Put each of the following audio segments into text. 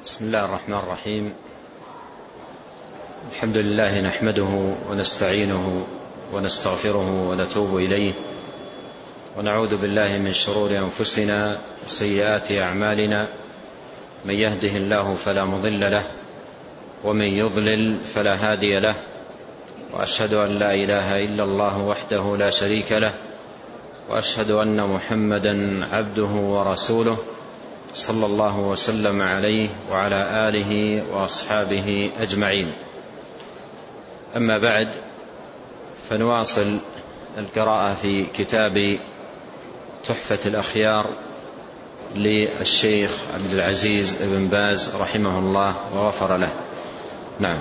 بسم الله الرحمن الرحيم. الحمد لله نحمده ونستعينه ونستغفره ونتوب إليه، ونعوذ بالله من شرور أنفسنا وسيئات أعمالنا، من يهده الله فلا مضل له ومن يضلل فلا هادي له، وأشهد أن لا إله إلا الله وحده لا شريك له، وأشهد أن محمدا عبده ورسوله صلى الله وسلم عليه وعلى آله وأصحابه أجمعين. أما بعد، فنواصل القراءة في كتاب تحفة الأخيار للشيخ عبد العزيز بن باز رحمه الله وغفر له. نعم.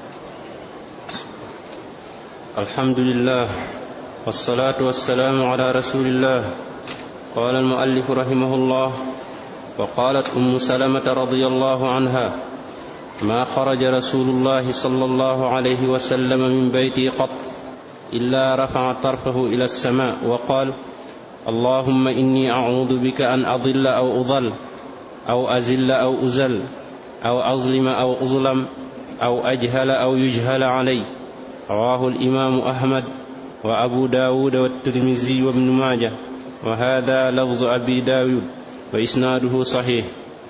الحمد لله والصلاة والسلام على رسول الله. قال المؤلف رحمه الله: وقالت أم سلمة رضي الله عنها: ما خرج رسول الله صلى الله عليه وسلم من بيتي قط إلا رفع طرفه إلى السماء وقال: اللهم إني أعوذ بك أن أضل أو أضل أو أزل أو أزل أو أظلم أو أظلم أو أجهل أو يجهل علي. رواه الإمام أحمد وأبو داود والترمذي وابن ماجه، وهذا لفظ أبي داود وإسناده صحيح.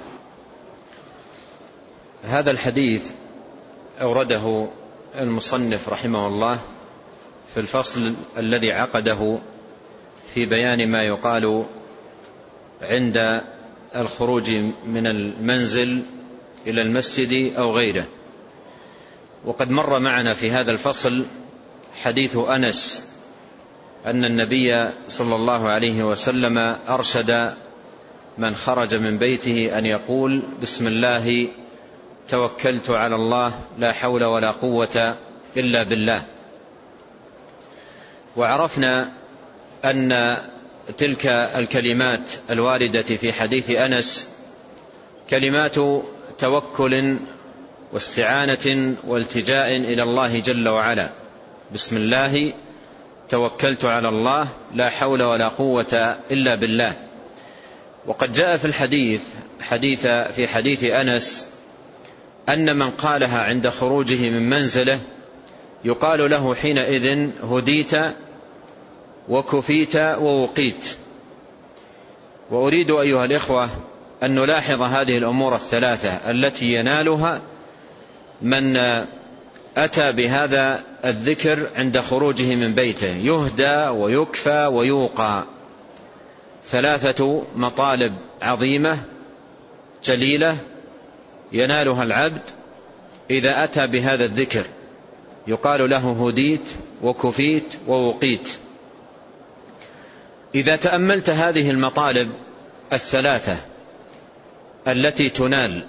هذا الحديث أورده المصنف رحمه الله في الفصل الذي عقده في بيان ما يقال عند الخروج من المنزل إلى المسجد أو غيره. وقد مر معنا في هذا الفصل حديث أنس أن النبي صلى الله عليه وسلم أرشد من خرج من بيته أن يقول: بسم الله توكلت على الله لا حول ولا قوة إلا بالله. وعرفنا أن تلك الكلمات الواردة في حديث أنس كلمات توكل واستعانة والتجاء إلى الله جل وعلا. بسم الله توكلت على الله لا حول ولا قوة إلا بالله. وقد جاء في الحديث في حديث أنس أن من قالها عند خروجه من منزله يقال له حينئذ: هديت وكفيت ووقيت. وأريد أيها الإخوة أن نلاحظ هذه الأمور الثلاثة التي ينالها من أتى بهذا الذكر عند خروجه من بيته: يهدى ويكفى ويوقى. ثلاثة مطالب عظيمة جليلة ينالها العبد إذا أتى بهذا الذكر، يقال له: هديت وكفيت ووقيت. إذا تأملت هذه المطالب الثلاثة التي تنال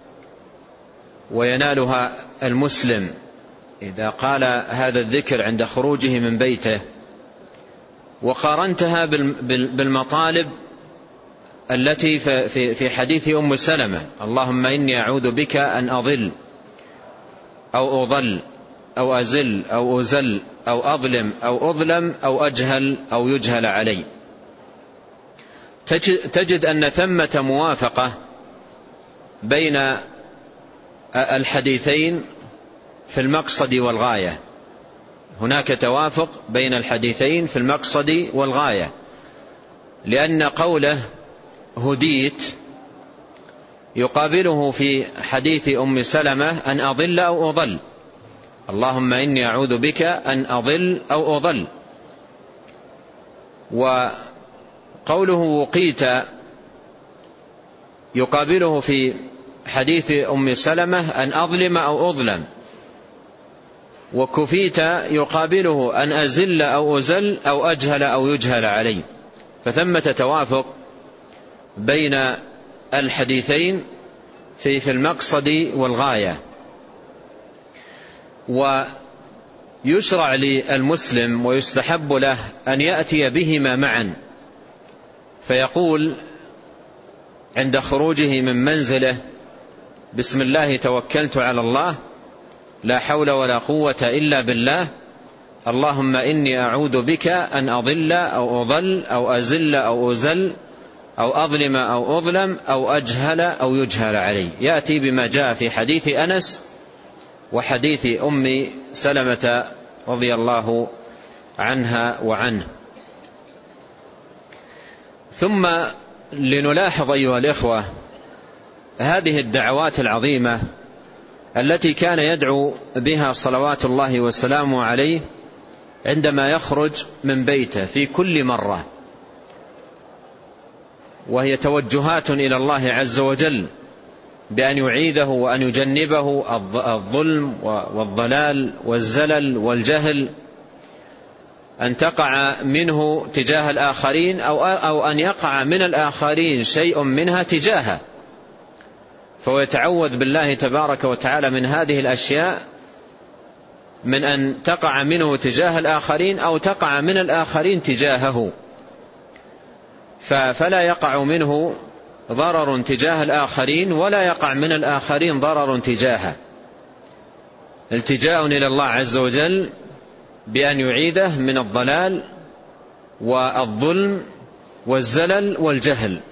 وينالها المسلم إذا قال هذا الذكر عند خروجه من بيته، وقارنتها بالمطالب التي في حديث أم سلمة: اللهم إني أعوذ بك أن أضل أو أضل أو أزل أو أزل أو أظلم أو أظلم أو أجهل أو يجهل علي، تجد أن ثمة موافقة بين الحديثين في المقصد والغاية. هناك توافق بين الحديثين في المقصد والغاية، لأن قوله هديت يقابله في حديث أم سلمة أن أضل أو أضل. اللهم إني أعوذ بك أن أضل أو أضل. وقوله وقيت يقابله في حديث أم سلمة أن أظلم أو أظلم. وكفيت يقابله أن أزل أو أزل أو أجهل أو يجهل علي. فثمة توافق بين الحديثين في المقصد والغاية. ويشرع للمسلم ويستحب له أن يأتي بهما معا، فيقول عند خروجه من منزله: بسم الله توكلت على الله لا حول ولا قوة إلا بالله، اللهم إني أعوذ بك أن أضل أو أضل أو أزل أو أزل أو أظلم أو أظلم أو أجهل أو يجهل علي. يأتي بما جاء في حديث أنس وحديث أم سلمة رضي الله عنها وعنه. ثم لنلاحظ أيها الإخوة هذه الدعوات العظيمة التي كان يدعو بها صلوات الله وسلامه عليه عندما يخرج من بيته في كل مرة، وهي توجهات إلى الله عز وجل بأن يعيذه وأن يجنبه الظلم والضلال والزلل والجهل، أن تقع منه تجاه الآخرين أو أن يقع من الآخرين شيء منها تجاهه، فهو يتعوذ بالله تبارك وتعالى من هذه الأشياء، من أن تقع منه تجاه الآخرين أو تقع من الآخرين تجاهه، فلا يقع منه ضرر تجاه الآخرين ولا يقع من الآخرين ضرر تجاهه. التجاء إلى الله عز وجل بأن يعيذه من الضلال والظلم والزلل والجهل.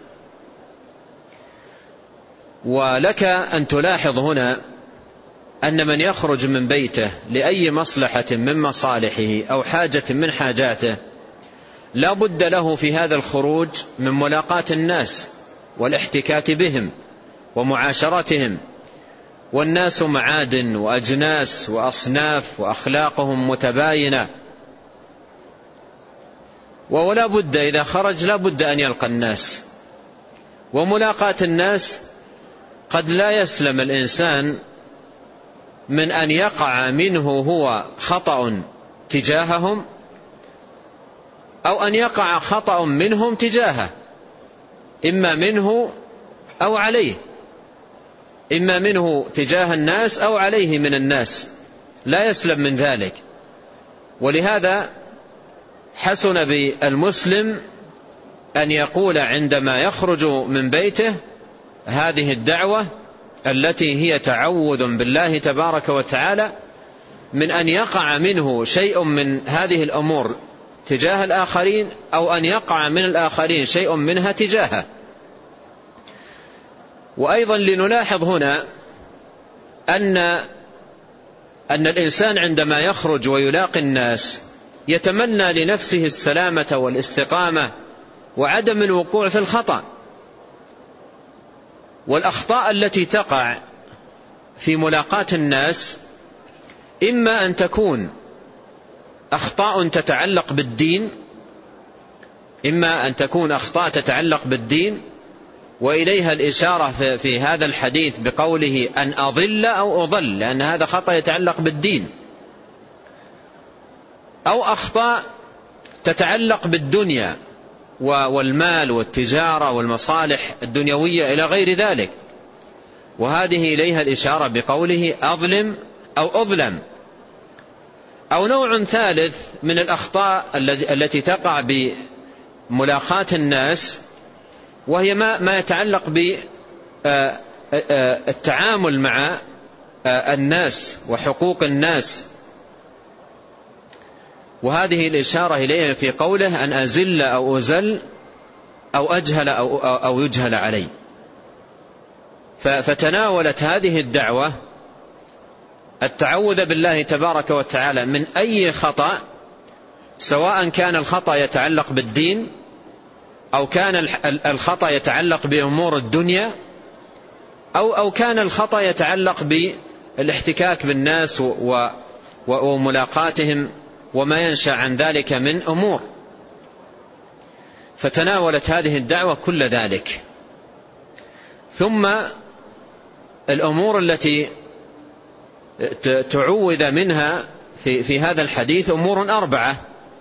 ولك أن تلاحظ هنا أن من يخرج من بيته لأي مصلحة من مصالحه أو حاجة من حاجاته لا بد له في هذا الخروج من ملاقاة الناس والاحتكاك بهم ومعاشرتهم، والناس معادن وأجناس وأصناف وأخلاقهم متباينة، ولا بد إذا خرج لا بد أن يلقى الناس. وملاقاة الناس قد لا يسلم الإنسان من أن يقع منه هو خطأ تجاههم أو أن يقع خطأ منهم تجاهه، إما منه أو عليه، إما منه تجاه الناس أو عليه من الناس، لا يسلم من ذلك. ولهذا حسن بالمسلم أن يقول عندما يخرج من بيته هذه الدعوة التي هي تعوذ بالله تبارك وتعالى من أن يقع منه شيء من هذه الأمور تجاه الآخرين أو أن يقع من الآخرين شيء منها تجاهه. وأيضا لنلاحظ هنا أن الإنسان عندما يخرج ويلاقي الناس يتمنى لنفسه السلامة والاستقامة وعدم الوقوع في الخطأ. والأخطاء التي تقع في ملاقاة الناس إما أن تكون أخطاء تتعلق بالدين، إما أن تكون أخطاء تتعلق بالدين، وإليها الإشارة في هذا الحديث بقوله أن أضل أو أضل، لأن هذا خطأ يتعلق بالدين، أو أخطاء تتعلق بالدنيا والمال والتجارة والمصالح الدنيوية إلى غير ذلك، وهذه إليها الإشارة بقوله أظلم أو أظلم. أو نوع ثالث من الأخطاء التي تقع بملاقاة الناس، وهي ما يتعلق بالتعامل مع الناس وحقوق الناس، وهذه الإشارة إليها في قوله أن أزل أو أزل أو أجهل أو يجهل علي. فتناولت هذه الدعوة التعوذ بالله تبارك وتعالى من أي خطأ، سواء كان الخطأ يتعلق بالدين أو كان الخطأ يتعلق بأمور الدنيا أو كان الخطأ يتعلق بالاحتكاك بالناس وملاقاتهم وما ينشأ عن ذلك من أمور. فتناولت هذه الدعوة كل ذلك. ثم الأمور التي تعوذ منها في هذا الحديث أمور 4،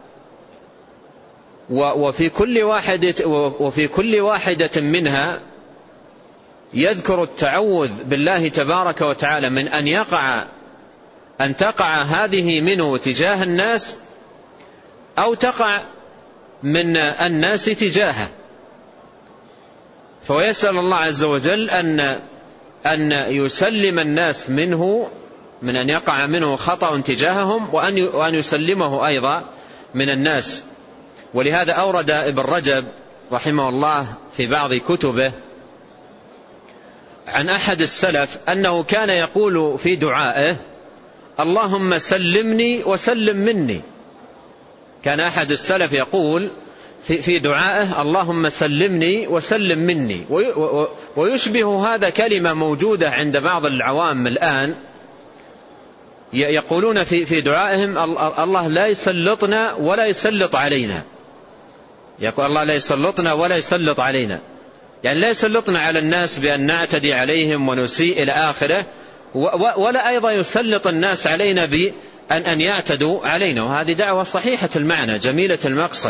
وفي كل واحدة منها يذكر التعوذ بالله تبارك وتعالى من أن تقع هذه منه تجاه الناس أو تقع من الناس تجاهه. فيسأل الله عز وجل أن يسلم الناس منه، من أن يقع منه خطأ تجاههم، وأن يسلمه أيضا من الناس. ولهذا أورد ابن رجب رحمه الله في بعض كتبه عن أحد السلف أنه كان يقول في دعائه: اللهم سلمني وسلم مني. كان أحد السلف يقول في دعائه: اللهم سلمني وسلم مني. ويشبه هذا كلمة موجودة عند بعض العوام الآن، يقولون في دعائهم: الله لا يسلطنا ولا يسلط علينا. يقول الله لا يسلطنا ولا يسلط علينا، يعني لا يسلطنا على الناس بأن نعتدي عليهم ونسيء إلى آخره، ولا أيضا يسلط الناس علينا بأن يعتدوا علينا. وهذه دعوة صحيحة المعنى جميلة المقصد.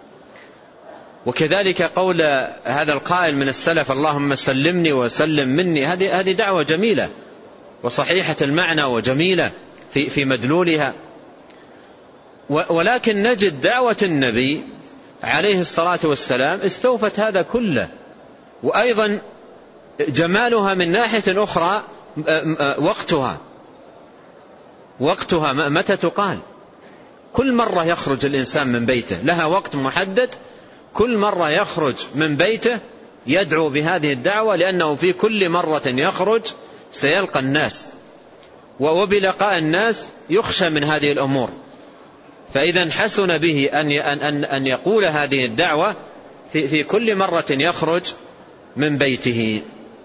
وكذلك قول هذا القائل من السلف: اللهم سلمني وسلم مني، هذه دعوة جميلة وصحيحة المعنى وجميلة في مدلولها. ولكن نجد دعوة النبي عليه الصلاة والسلام استوفت هذا كله، وأيضا جمالها من ناحية أخرى وقتها متى تقال. كل مرة يخرج الإنسان من بيته لها وقت محدد، كل مرة يخرج من بيته يدعو بهذه الدعوة، لأنه في كل مرة يخرج سيلقى الناس، وبلقاء الناس يخشى من هذه الأمور. فإذا حسن به أن يقول هذه الدعوة في كل مرة يخرج من بيته.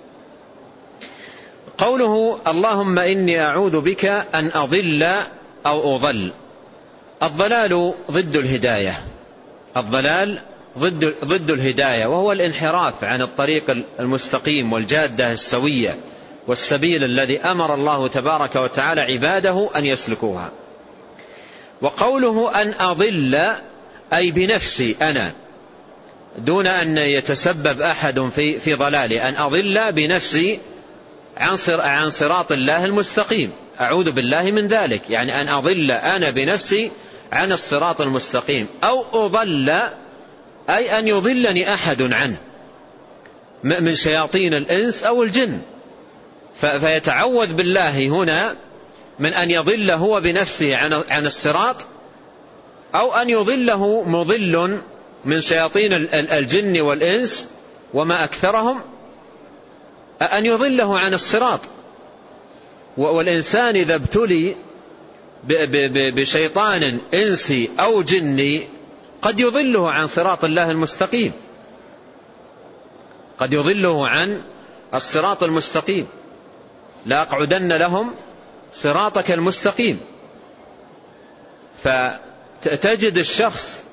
قوله: اللهم إني أعوذ بك أن أضل أو أضل. الضلال ضد الهداية، الضلال ضد الهداية، وهو الانحراف عن الطريق المستقيم والجادة السوية والسبيل الذي أمر الله تبارك وتعالى عباده أن يسلكوها. وقوله أن أضل أي بنفسي أنا، دون أن يتسبب أحد في ضلالي، أن أضل بنفسي عن صراط الله المستقيم، أعوذ بالله من ذلك. يعني أن أضل أنا بنفسي عن الصراط المستقيم، أو أضل أي أن يضلني أحد عنه من شياطين الإنس أو الجن، فيتعوذ بالله هنا من أن يضل هو بنفسه عن الصراط، أو أن يضله مضل من شياطين الجن والإنس وما أكثرهم، أن يضله عن الصراط. والإنسان إذا ابتلي بشيطان إنسي أو جني قد يضله عن صراط الله المستقيم، قد يضله عن الصراط المستقيم. لا أقعدن لهم صراطك المستقيم. فتجد الشخص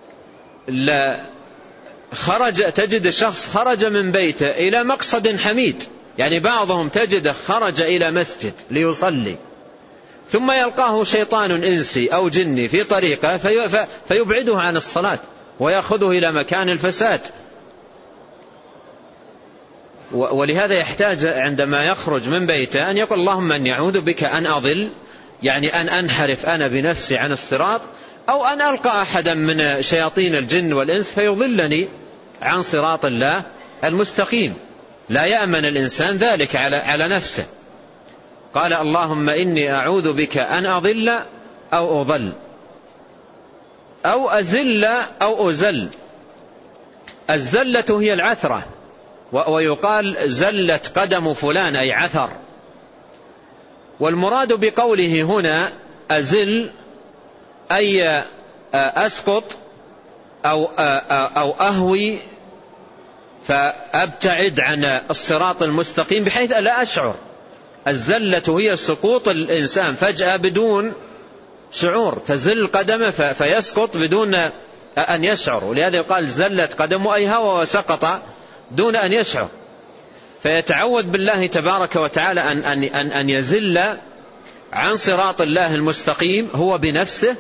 خرج من بيته إلى مقصد حميد، يعني بعضهم تجد خرج إلى مسجد ليصلي، ثم يلقاه شيطان إنسي أو جني في طريقه فيبعده عن الصلاة ويأخذه إلى مكان الفساد. ولهذا يحتاج عندما يخرج من بيته أن يقول: اللهم أني أعوذ بك أن أضل، يعني أن أنحرف أنا بنفسي عن الصراط، أو أن ألقى أحدا من شياطين الجن والإنس فيضلني عن صراط الله المستقيم. لا يأمن الإنسان ذلك على نفسه. قال: اللهم إني أعوذ بك أن أضل أو أضل أو أزل أو أزل. الزلة هي العثرة، ويقال زلت قدم فلان أي عثر. والمراد بقوله هنا أزل أي أسقط أو أهوي، فأبتعد عن الصراط المستقيم بحيث لا أشعر. الزلة هي سقوط الإنسان فجأة بدون شعور، تزل قدمه فيسقط بدون أن يشعر، ولهذا يقال زلت قدمه أي هوى وسقط دون أن يشعر. فيتعوذ بالله تبارك وتعالى أن يزل عن صراط الله المستقيم هو بنفسه،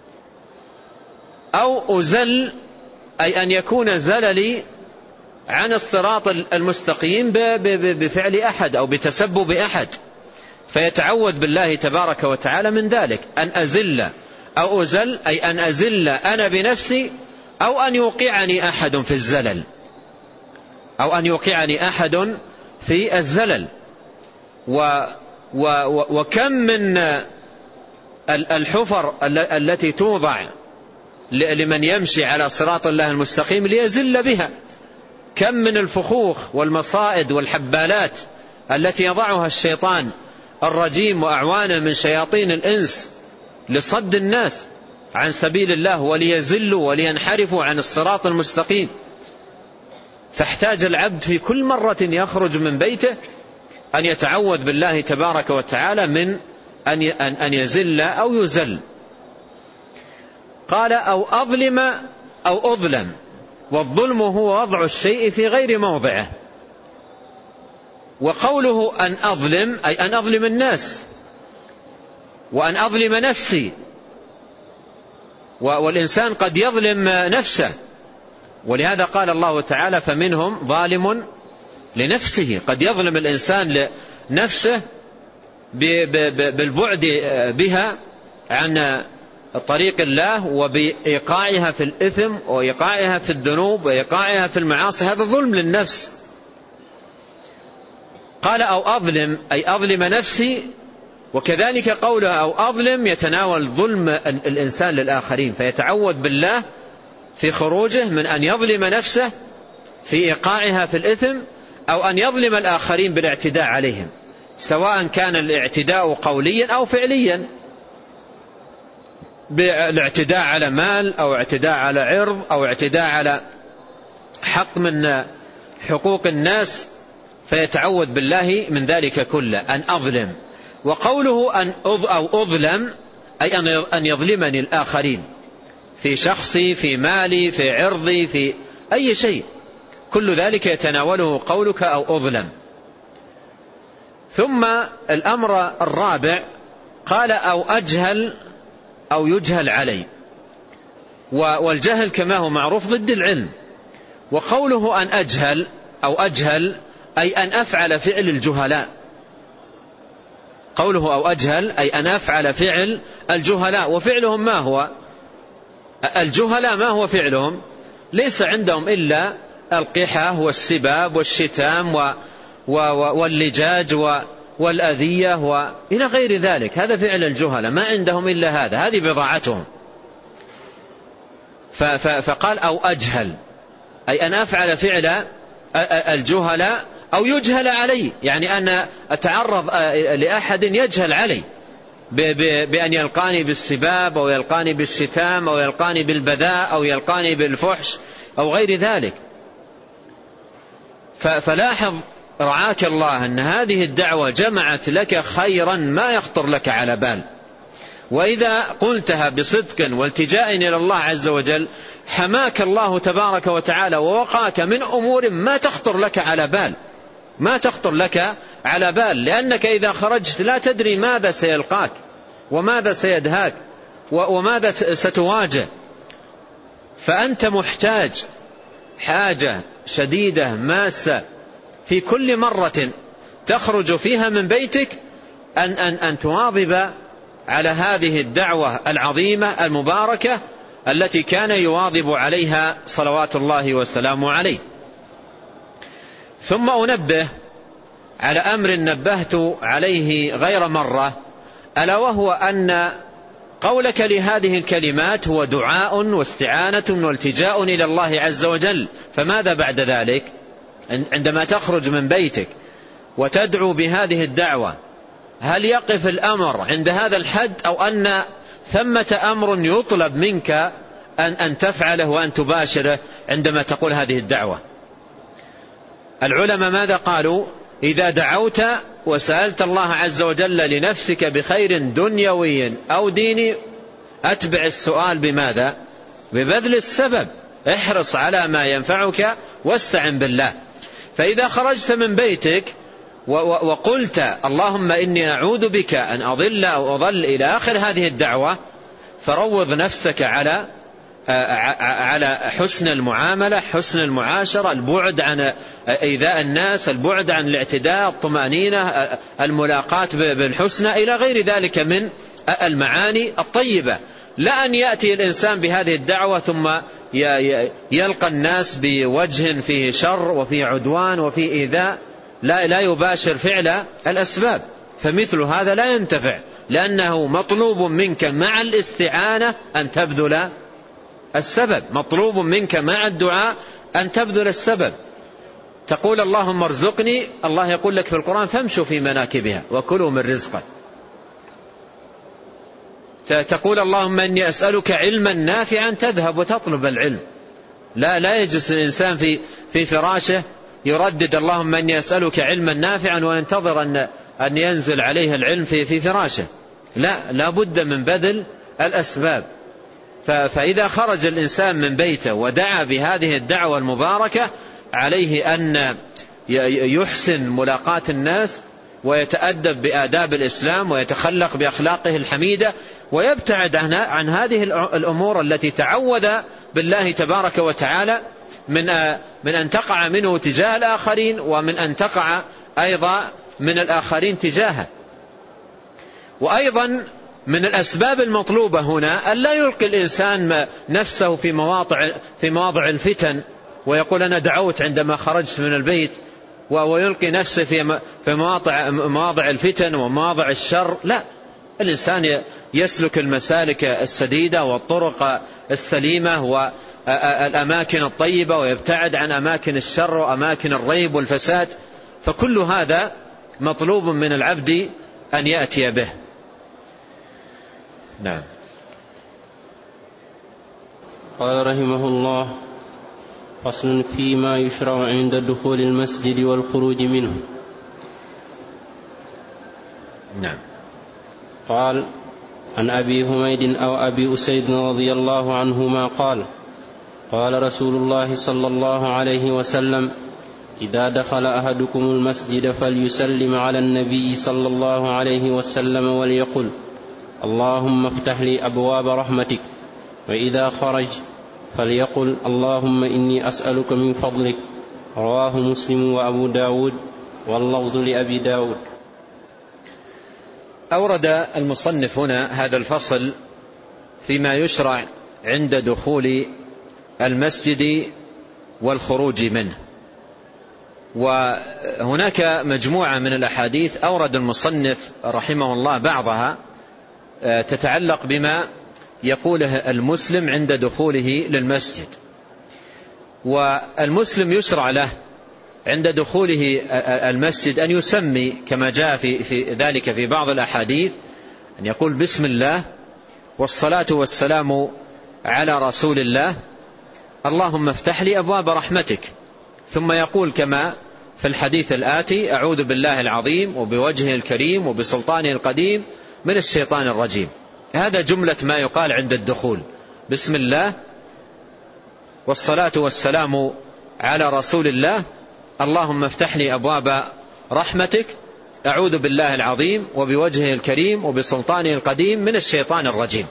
أو أزل أي أن يكون زللي عن الصراط المستقيم بفعل أحد أو بتسبب أحد، فيتعوذ بالله تبارك وتعالى من ذلك. أن أزل أو أزل أي أن أزل أنا بنفسي، أو أن يوقعني أحد في الزلل، أو أن يوقعني أحد في الزلل. وكم من الحفر التي توضع لمن يمشي على صراط الله المستقيم ليزل بها. كم من الفخوخ والمصائد والحبالات التي يضعها الشيطان الرجيم وأعوانه من شياطين الإنس لصد الناس عن سبيل الله وليزلوا ولينحرفوا عن الصراط المستقيم. تحتاج العبد في كل مرة يخرج من بيته أن يتعوذ بالله تبارك وتعالى من أن يزل أو يزل. قال أو أظلم أو أظلم، والظلم هو وضع الشيء في غير موضعه. وقوله أن أظلم أي أن أظلم الناس وأن أظلم نفسي، والإنسان قد يظلم نفسه، ولهذا قال الله تعالى فمنهم ظالم لنفسه. قد يظلم الإنسان لنفسه بالبعد بها عن طريق الله وبإيقاعها في الإثم وإيقاعها في الذنوب وإيقاعها في المعاصي، هذا ظلم للنفس. قال أو أظلم أي أظلم نفسي، وكذلك قوله أو أظلم يتناول ظلم الإنسان للآخرين، فيتعوذ بالله في خروجه من أن يظلم نفسه في إيقاعها في الإثم أو أن يظلم الآخرين بالاعتداء عليهم، سواء كان الاعتداء قوليا أو فعليا، بالاعتداء على مال أو اعتداء على عرض أو اعتداء على حق من حقوق الناس، فيتعوذ بالله من ذلك كله أن أظلم. وقوله أو أظلم أي أن يظلمني الآخرين في شخصي في مالي في عرضي في أي شيء، كل ذلك يتناوله قولك أو أظلم. ثم الأمر الرابع قال أو أجهل أو يجهل علي، والجهل كما هو معروف ضد العلم. وقوله أن أجهل أو أجهل أي أن أفعل فعل الجهلاء. قوله أو أجهل أي أن أفعل فعل الجهلاء. وفعلهم ما هو؟ الجهلاء ما هو فعلهم؟ ليس عندهم إلا القحة والسباب والشتام واللجاج والأذية وإلى غير ذلك، هذا فعل الجهلاء، ما عندهم إلا هذا، هذه بضاعتهم. فقال أو أجهل أي أن أفعل فعل الجهلاء أو يجهل علي، يعني أن أتعرض لأحد يجهل علي بأن يلقاني بالسباب أو يلقاني بالشتام أو يلقاني بالبذاء أو يلقاني بالفحش أو غير ذلك. فلاحظ رعاك الله أن هذه الدعوة جمعت لك خيرا ما يخطر لك على بال، وإذا قلتها بصدق والتجاء إلى الله عز وجل حماك الله تبارك وتعالى ووقاك من أمور ما تخطر لك على بال، ما تخطر لك على بال، لأنك إذا خرجت لا تدري ماذا سيلقاك وماذا سيدهاك وماذا ستواجه. فأنت محتاج حاجة شديدة ماسة في كل مرة تخرج فيها من بيتك أن تواظب على هذه الدعوة العظيمة المباركة التي كان يواظب عليها صلوات الله وسلامه عليه. ثم أنبه على أمر نبهت عليه غير مرة، ألا وهو أن قولك لهذه الكلمات هو دعاء واستعانة والتجاء إلى الله عز وجل. فماذا بعد ذلك؟ عندما تخرج من بيتك وتدعو بهذه الدعوة، هل يقف الأمر عند هذا الحد أو أن ثمة أمر يطلب منك أن تفعله وأن تباشره عندما تقول هذه الدعوة؟ العلماء ماذا قالوا؟ إذا دعوت وسألت الله عز وجل لنفسك بخير دنيوي أو ديني أتبع السؤال بماذا؟ ببذل السبب، احرص على ما ينفعك واستعن بالله. فإذا خرجت من بيتك وقلت اللهم إني أعوذ بك أن أضل أو أضل إلى آخر هذه الدعوة، فروض نفسك على حسن المعاملة، حسن المعاشرة، البعد عن إيذاء الناس، البعد عن الاعتداء، الطمأنينة، الملاقاة بالحسنى، إلى غير ذلك من المعاني الطيبة. لا أن يأتي الإنسان بهذه الدعوة ثم يلقى الناس بوجه فيه شر وفيه عدوان وفيه إيذاء، لا يباشر فعل الأسباب، فمثل هذا لا ينتفع، لأنه مطلوب منك مع الاستعانة أن تبذل السبب، مطلوب منك مع الدعاء أن تبذل السبب. تقول اللهم ارزقني، الله يقول لك في القرآن فامشوا في مناكبها وكلوا من رزقه. تقول اللهم إني أسألك علما نافعا، تذهب وتطلب العلم. لا يجلس الإنسان في فراشه يردد اللهم إني أسألك علما نافعا وينتظر أن ينزل عليه العلم في فراشه. لا بد من بذل الأسباب. فإذا خرج الإنسان من بيته ودعا بهذه الدعوة المباركة عليه أن يحسن ملاقاة الناس ويتأدب بآداب الإسلام ويتخلق بأخلاقه الحميدة ويبتعد عن هذه الأمور التي تعوذ بالله تبارك وتعالى من أن تقع منه تجاه الآخرين ومن أن تقع أيضا من الآخرين تجاهه. وأيضا من الأسباب المطلوبة هنا أن لا يلقي الإنسان نفسه في مواضع الفتن ويقول أنا دعوت عندما خرجت من البيت، ويلقي نفسه في مواضع الفتن ومواضع الشر. لا، الإنسان يسلك المسالك السديدة والطرق السليمة والأماكن الطيبة ويبتعد عن أماكن الشر وأماكن الريب والفساد. فكل هذا مطلوب من العبد أن يأتي به. نعم. قال رحمه الله: فصل فيما يشرع عند دخول المسجد والخروج منه. نعم. قال: عن أبي حميد أو أبي أسيد رضي الله عنهما قال: قال رسول الله صلى الله عليه وسلم: إذا دخل أحدكم المسجد فليسلم على النبي صلى الله عليه وسلم وليقل: اللهم افتح لي أبواب رحمتك. وإذا خرج فليقل: اللهم إني أسألك من فضلك. رواه مسلم وأبو داود، واللفظ لأبي داود. أورد المصنف هنا هذا الفصل فيما يشرع عند دخول المسجد والخروج منه. وهناك مجموعة من الأحاديث أورد المصنف رحمه الله بعضها تتعلق بما يقوله المسلم عند دخوله للمسجد. والمسلم يشرع له عند دخوله المسجد أن يسمي كما جاء في ذلك في بعض الأحاديث، أن يقول بسم الله والصلاة والسلام على رسول الله، اللهم افتح لي أبواب رحمتك. ثم يقول كما في الحديث الآتي: أعوذ بالله العظيم وبوجهه الكريم وبسلطانه القديم من الشيطان الرجيم. هذا جملة ما يقال عند الدخول: بسم الله والصلاة والسلام على رسول الله، اللهم افتح لي أبواب رحمتك، أعوذ بالله العظيم وبوجهه الكريم وبسلطانه القديم من الشيطان الرجيم.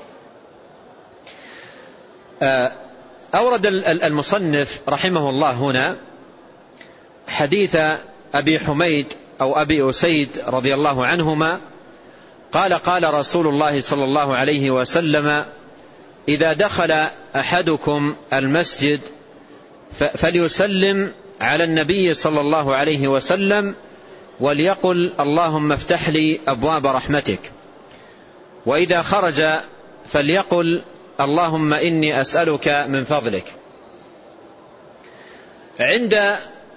أورد المصنف رحمه الله هنا حديث أبي حميد أو أبي أسيد رضي الله عنهما قال: قال رسول الله صلى الله عليه وسلم: إذا دخل أحدكم المسجد فليسلم على النبي صلى الله عليه وسلم وليقل: اللهم افتح لي أبواب رحمتك. وإذا خرج فليقل: اللهم إني أسألك من فضلك. عند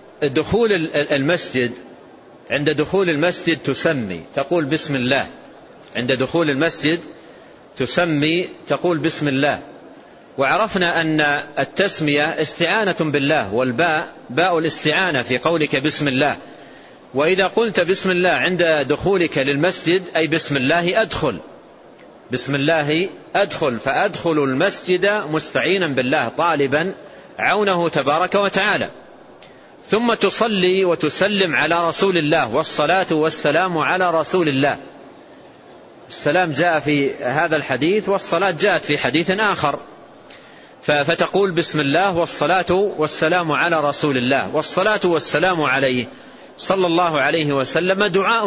دخول المسجد تسمي، تقول بسم الله. عند دخول المسجد تسمي، تقول بسم الله. وعرفنا أن التسمية استعانة بالله، والباء باء الاستعانة في قولك بسم الله. وإذا قلت بسم الله عند دخولك للمسجد أي بسم الله أدخل، بسم الله أدخل، فأدخل المسجد مستعينا بالله طالبا عونه تبارك وتعالى. ثم تصلي وتسلم على رسول الله، والصلاة والسلام على رسول الله. السلام جاء في هذا الحديث والصلاة جاءت في حديث آخر، فتقول بسم الله والصلاة والسلام على رسول الله، والصلاة والسلام عليه صلى الله عليه وسلم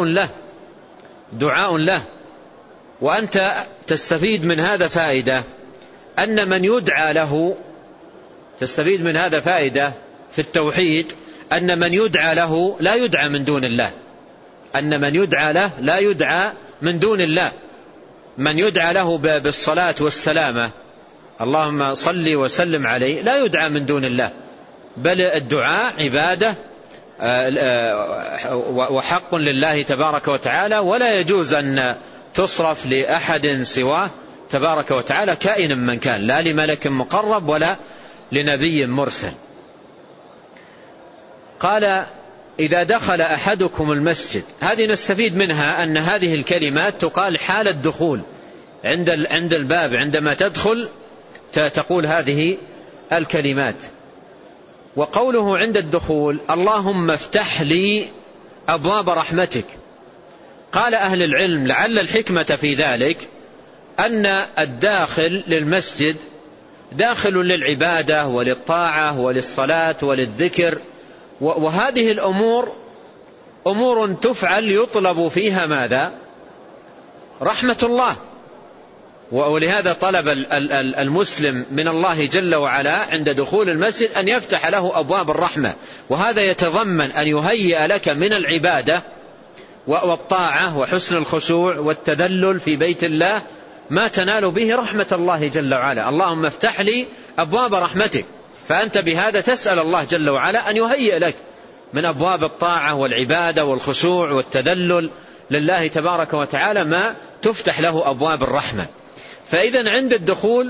دعاء له. وأنت تستفيد من هذا فائدة أن من يدعى له، تستفيد من هذا فائدة في التوحيد أن من يدعى له لا يدعى من دون الله، أن من يدعى له لا يدعى من دون الله. من يدعى له بالصلاة والسلامة اللهم صل وسلم عليه لا يدعى من دون الله، بل الدعاء عبادة وحق لله تبارك وتعالى، ولا يجوز أن تصرف لأحد سواه تبارك وتعالى كائنا من كان، لا لملك مقرب ولا لنبي مرسل. قال إذا دخل أحدكم المسجد، هذه نستفيد منها أن هذه الكلمات تقال حال الدخول عند الباب، عندما تدخل تقول هذه الكلمات. وقوله عند الدخول اللهم افتح لي أبواب رحمتك، قال أهل العلم لعل الحكمة في ذلك أن الداخل للمسجد داخل للعبادة وللطاعة وللصلاة وللذكر، وهذه الأمور أمور تفعل يطلب فيها ماذا؟ رحمة الله. ولهذا طلب المسلم من الله جل وعلا عند دخول المسجد أن يفتح له أبواب الرحمة، وهذا يتضمن أن يهيئ لك من العبادة والطاعة وحسن الخشوع والتذلل في بيت الله ما تنال به رحمة الله جل وعلا. اللهم افتح لي أبواب رحمتك، فأنت بهذا تسأل الله جل وعلا أن يهيئ لك من أبواب الطاعة والعبادة والخشوع والتذلل لله تبارك وتعالى ما تفتح له أبواب الرحمة. فإذا عند الدخول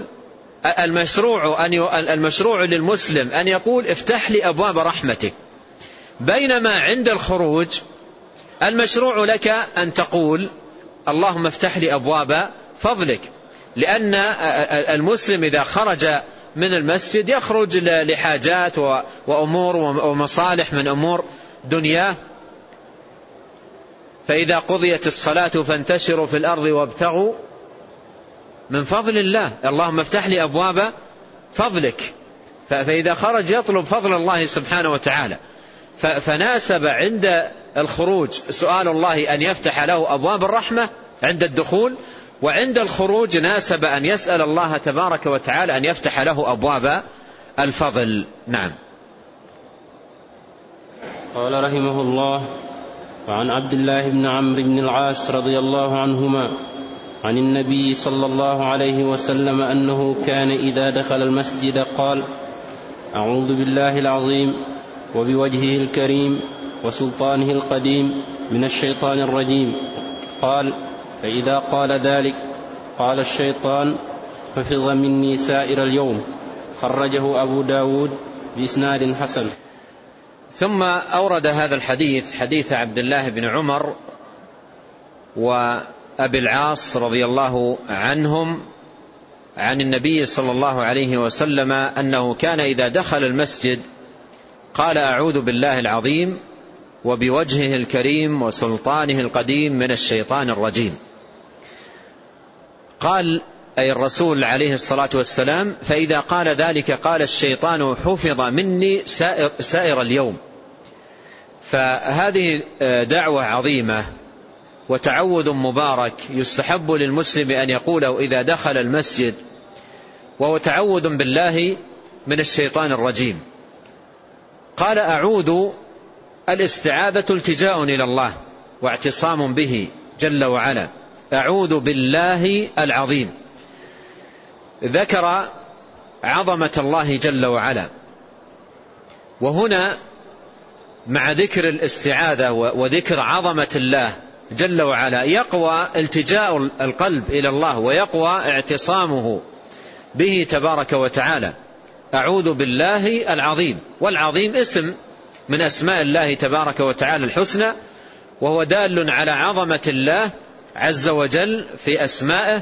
المشروع للمسلم أن يقول افتح لي أبواب رحمتك، بينما عند الخروج المشروع لك أن تقول اللهم افتح لي أبواب فضلك، لأن المسلم إذا خرج من المسجد يخرج لحاجات وأمور ومصالح من أمور دنياه، فإذا قضيت الصلاة فانتشروا في الأرض وابتغوا من فضل الله، اللهم افتح لي أبواب فضلك. فإذا خرج يطلب فضل الله سبحانه وتعالى، فناسب عند الخروج سؤال الله أن يفتح له أبواب الرحمة عند الدخول، وعند الخروج ناسب أن يسأل الله تبارك وتعالى أن يفتح له أبواب الفضل. نعم. قال رحمه الله: وعن عبد الله بن عمرو بن العاص رضي الله عنهما عن النبي صلى الله عليه وسلم أنه كان إذا دخل المسجد قال: أعوذ بالله العظيم وبوجهه الكريم وسلطانه القديم من الشيطان الرجيم. قال: فإذا قال ذلك قال الشيطان: ففض مني سائر اليوم. خرجه أبو داود بإسناد حسن. ثم أورد هذا الحديث، حديث عبد الله بن عمر وأبي العاص رضي الله عنهم عن النبي صلى الله عليه وسلم أنه كان إذا دخل المسجد قال: أعوذ بالله العظيم وبوجهه الكريم وسلطانه القديم من الشيطان الرجيم. قال أي الرسول عليه الصلاة والسلام: فإذا قال ذلك قال الشيطان: حفظ مني سائر اليوم. فهذه دعوة عظيمة وتعوذ مبارك يستحب للمسلم أن يقوله إذا دخل المسجد، وهو تعوذ بالله من الشيطان الرجيم. قال: أعوذ، الاستعاذة التجاء إلى الله واعتصام به جل وعلا، أعوذ بالله العظيم. ذكر عظمة الله جل وعلا، وهنا مع ذكر الاستعاذة وذكر عظمة الله جل وعلا يقوى التجاء القلب إلى الله ويقوى اعتصامه به تبارك وتعالى. أعوذ بالله العظيم، والعظيم اسم من أسماء الله تبارك وتعالى الحسنى، وهو دال على عظمة الله عز وجل في أسمائه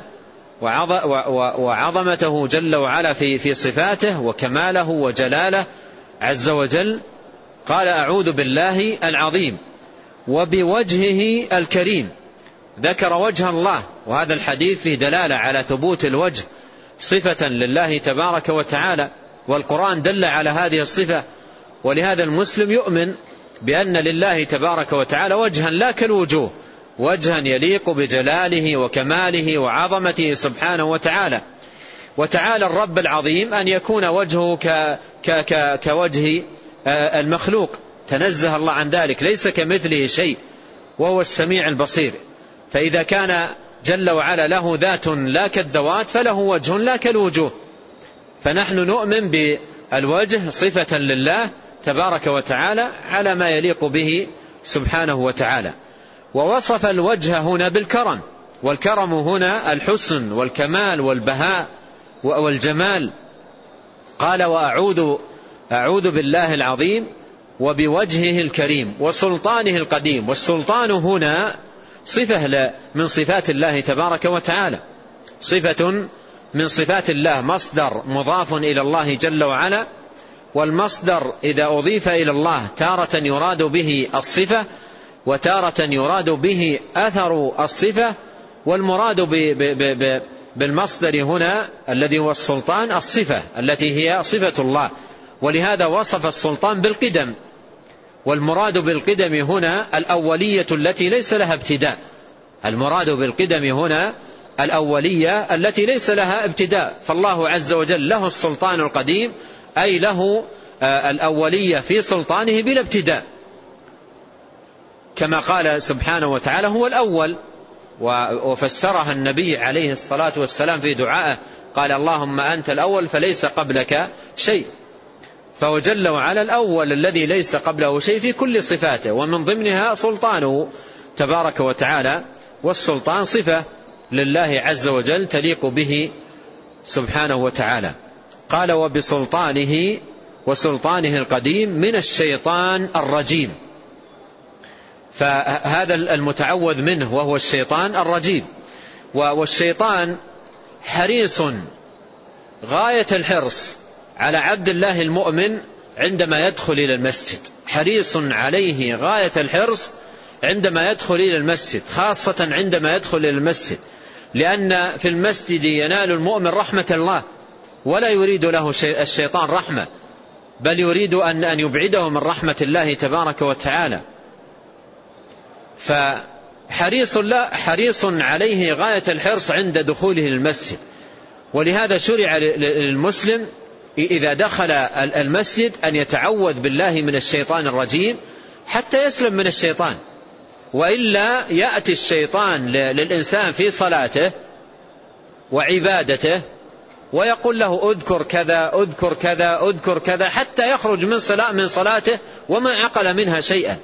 وعظمته جل وعلا في صفاته وكماله وجلاله عز وجل. قال: أعوذ بالله العظيم وبوجهه الكريم. ذكر وجه الله، وهذا الحديث فيه دلالة على ثبوت الوجه صفة لله تبارك وتعالى، والقرآن دل على هذه الصفة. ولهذا المسلم يؤمن بأن لله تبارك وتعالى وجها لا كالوجوه، وجها يليق بجلاله وكماله وعظمته سبحانه وتعالى. وتعالى الرب العظيم أن يكون وجهه كوجه المخلوق، تنزه الله عن ذلك، ليس كمثله شيء وهو السميع البصير. فإذا كان جل وعلا له ذات لا كالذوات فله وجه لا كالوجوه، فنحن نؤمن بالوجه صفة لله تبارك وتعالى على ما يليق به سبحانه وتعالى. ووصف الوجه هنا بالكرم، والكرم هنا الحسن والكمال والبهاء والجمال. قال أعوذ بالله العظيم وبوجهه الكريم وسلطانه القديم. والسلطان هنا صفة من صفات الله تبارك وتعالى، صفة من صفات الله، مصدر مضاف إلى الله جل وعلا. والمصدر إذا أضيف إلى الله تارة يراد به الصفة وتارة يراد به أثر الصفة. والمراد بالمصدر هنا الذي هو السلطان الصفة التي هي صفة الله، ولهذا وصف السلطان بالقدم. والمراد بالقدم هنا الأولية التي ليس لها ابتداء، المراد بالقدم هنا الأولية التي ليس لها ابتداء. فالله عز وجل له السلطان القديم، أي له الأولية في سلطانه بلا ابتداء، كما قال سبحانه وتعالى هو الأول. وفسرها النبي عليه الصلاة والسلام في دعائه، قال اللهم أنت الأول فليس قبلك شيء. فهو جل وعلا الأول الذي ليس قبله شيء في كل صفاته، ومن ضمنها سلطانه تبارك وتعالى. والسلطان صفة لله عز وجل تليق به سبحانه وتعالى. قال وبسلطانه وسلطانه القديم من الشيطان الرجيم. فهذا المتعوذ منه وهو الشيطان الرجيم. والشيطان حريص غاية الحرص على عبد الله المؤمن عندما يدخل إلى المسجد، حريص عليه غاية الحرص عندما يدخل إلى المسجد، خاصة عندما يدخل إلى المسجد، لأن في المسجد ينال المؤمن رحمة الله، ولا يريد له الشيطان رحمة، بل يريد أن يبعده من رحمة الله تبارك وتعالى. فحريص عليه غاية الحرص عند دخوله المسجد. ولهذا شرع للمسلم إذا دخل المسجد أن يتعوذ بالله من الشيطان الرجيم حتى يسلم من الشيطان، وإلا يأتي الشيطان للإنسان في صلاته وعبادته ويقول له أذكر كذا أذكر كذا أذكر كذا حتى يخرج من صلاته وما عقل منها شيئا.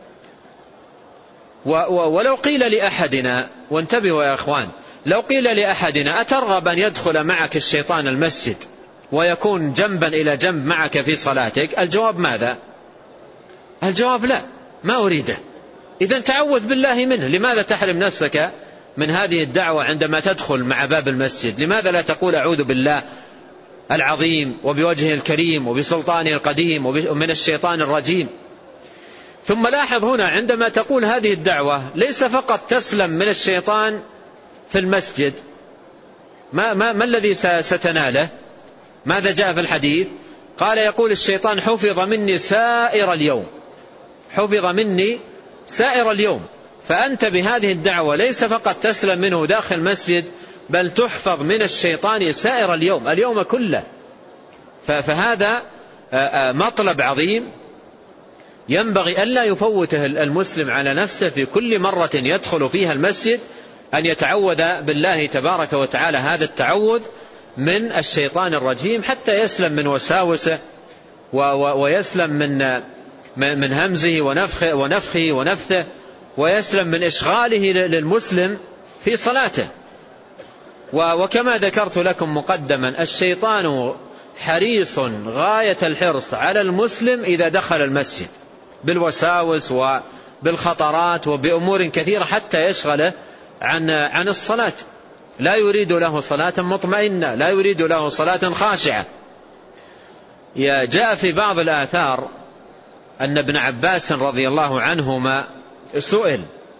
ولو قيل لأحدنا، وانتبهوا يا أخوان، لو قيل لأحدنا أترغب أن يدخل معك الشيطان المسجد ويكون جنبا إلى جنب معك في صلاتك؟ الجواب ماذا؟ الجواب لا، ما أريده. إذن تعوذ بالله منه. لماذا تحرم نفسك من هذه الدعوة عندما تدخل مع باب المسجد؟ لماذا لا تقول أعوذ بالله العظيم وبوجهه الكريم وبسلطانه القديم ومن الشيطان الرجيم؟ ثم لاحظ هنا عندما تقول هذه الدعوة ليس فقط تسلم من الشيطان في المسجد، ما الذي ستناله؟ ماذا جاء في الحديث؟ قال يقول الشيطان حفظ مني سائر اليوم، حفظ مني سائر اليوم. فأنت بهذه الدعوة ليس فقط تسلم منه داخل المسجد، بل تحفظ من الشيطان سائر اليوم، اليوم كله. فهذا مطلب عظيم ينبغي ألا يفوته المسلم على نفسه في كل مرة يدخل فيها المسجد، أن يتعوذ بالله تبارك وتعالى هذا التعوذ من الشيطان الرجيم حتى يسلم من وساوسه ويسلم من همزه ونفخه ونفثه، ويسلم من إشغاله للمسلم في صلاته. وكما ذكرت لكم مقدما، الشيطان حريص غاية الحرص على المسلم إذا دخل المسجد بالوساوس وبالخطرات وبأمور كثيرة حتى يشغله عن الصلاة. لا يريد له صلاة مطمئنة، لا يريد له صلاة خاشعة. جاء في بعض الآثار أن ابن عباس رضي الله عنهما سئل،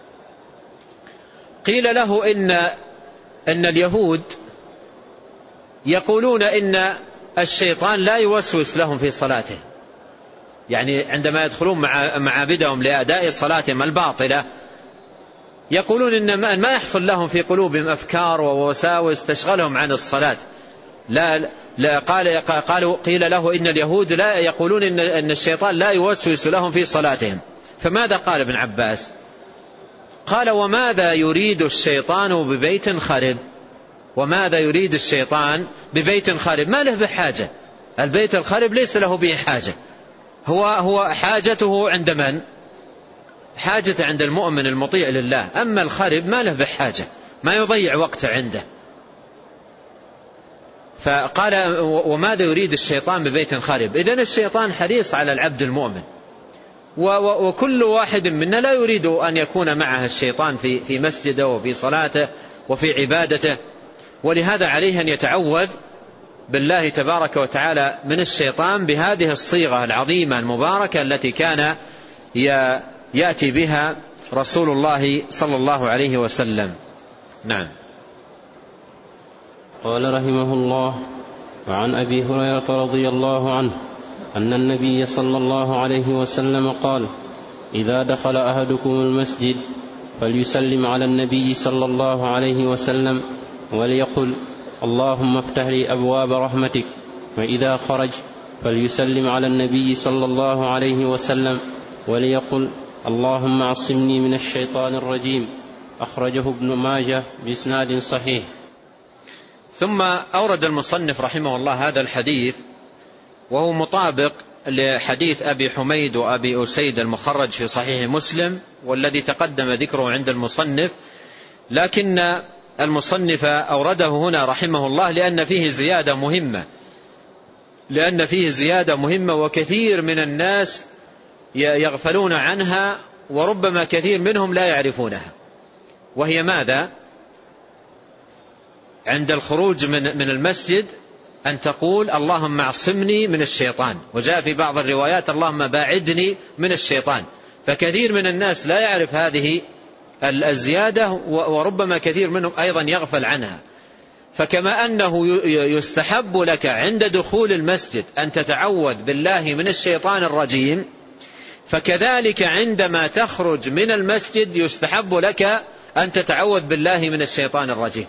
قيل له إن اليهود يقولون إن الشيطان لا يوسوس لهم في صلاته، يعني عندما يدخلون معابدهم لأداء صلاتهم الباطلة يقولون إن ما يحصل لهم في قلوبهم أفكار ووساوس تشغلهم عن الصلاة. لا قيل له إن اليهود لا يقولون إن الشيطان لا يوسوس لهم في صلاتهم. فماذا قال ابن عباس؟ قال وماذا يريد الشيطان ببيت خرب؟ وماذا يريد الشيطان ببيت خارب؟ ما له بحاجة. البيت الخارب ليس له به حاجة، هو حاجته عند من؟ حاجة عند المؤمن المطيع لله. أما الخارب ما له بحاجة، ما يضيع وقته عنده. فقال وماذا يريد الشيطان ببيت خارب؟ إذن الشيطان حريص على العبد المؤمن، وكل واحد منا لا يريد أن يكون معه الشيطان في مسجده وفي صلاته وفي عبادته. ولهذا عليه أن يتعوذ بالله تبارك وتعالى من الشيطان بهذه الصيغة العظيمة المباركة التي كان يأتي بها رسول الله صلى الله عليه وسلم. نعم. قال رحمه الله: وعن أبي هريرة رضي الله عنه أن النبي صلى الله عليه وسلم قال: إذا دخل أحدكم المسجد فليسلم على النبي صلى الله عليه وسلم وليقل: اللهم افتح لي أبواب رحمتك. وإذا خرج فليسلم على النبي صلى الله عليه وسلم وليقل: اللهم عصمني من الشيطان الرجيم. أخرجه ابن ماجه بإسناد صحيح. ثم أورد المصنف رحمه الله هذا الحديث، وهو مطابق لحديث أبي حميد وأبي أسيد المخرج في صحيح مسلم، والذي تقدم ذكره عند المصنف، لكن المصنف أورده هنا رحمه الله لأن فيه زيادة مهمة وكثير من الناس يغفلون عنها، وربما كثير منهم لا يعرفونها. وهي ماذا؟ عند الخروج من المسجد أن تقول: اللهم اعصمني من الشيطان. وجاء في بعض الروايات: اللهم باعدني من الشيطان. فكثير من الناس لا يعرف هذه الزيادة، وربما كثير منهم أيضا يغفل عنها. فكما أنه يستحب لك عند دخول المسجد أن تتعوذ بالله من الشيطان الرجيم، فكذلك عندما تخرج من المسجد يستحب لك أن تتعوذ بالله من الشيطان الرجيم.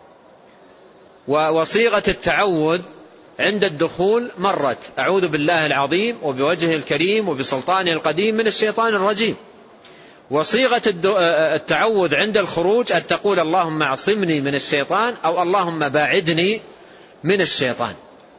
وصيغة التعوذ عند الدخول مرت: أعوذ بالله العظيم وبوجهه الكريم وبسلطانه القديم من الشيطان الرجيم. وصيغة التعوذ عند الخروج أن تقول: اللهم اعصمني من الشيطان، أو اللهم باعدني من الشيطان.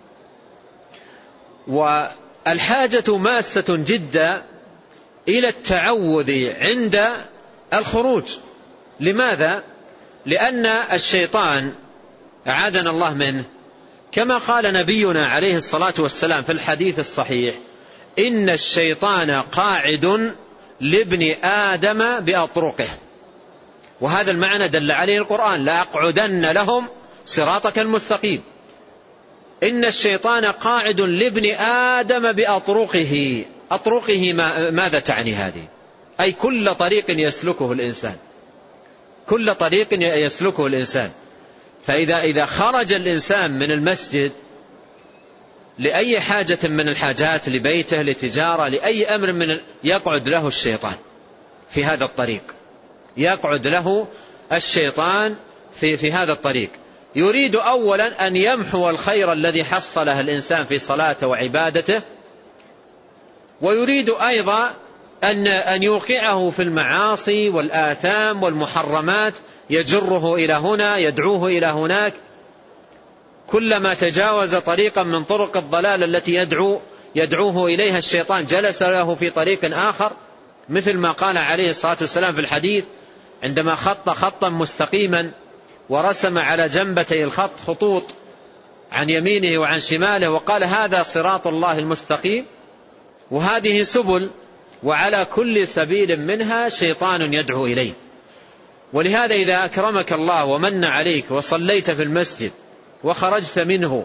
والحاجة ماسة جدا إلى التعوذ عند الخروج. لماذا؟ لأن الشيطان أعاذنا الله منه، كما قال نبينا عليه الصلاة والسلام في الحديث الصحيح: إن الشيطان قاعد لابن آدم بأطرقه. وهذا المعنى دل عليه القرآن: لأقعدن لهم صراطك المستقيم. إن الشيطان قاعد لابن آدم بأطرقه. أطرقه ماذا تعني هذه؟ أي كل طريق يسلكه الإنسان، كل طريق يسلكه الإنسان. فإذا خرج الإنسان من المسجد لأي حاجة من الحاجات، لبيته، لتجارة، لأي أمر يقعد له الشيطان في هذا الطريق، يقعد له الشيطان في هذا الطريق. يريد أولا أن يمحو الخير الذي حصله الإنسان في صلاته وعبادته، ويريد أيضا أن يوقعه في المعاصي والآثام والمحرمات، يجره إلى هنا، يدعوه إلى هناك. كلما تجاوز طريقا من طرق الضلال التي يدعوه إليها الشيطان جلس له في طريق آخر، مثل ما قال عليه الصلاة والسلام في الحديث عندما خط خطا مستقيما ورسم على جنبتي الخط خطوط عن يمينه وعن شماله، وقال: هذا صراط الله المستقيم، وهذه سبل، وعلى كل سبيل منها شيطان يدعو إليه. ولهذا إذا أكرمك الله ومن عليك وصليت في المسجد وخرجت منه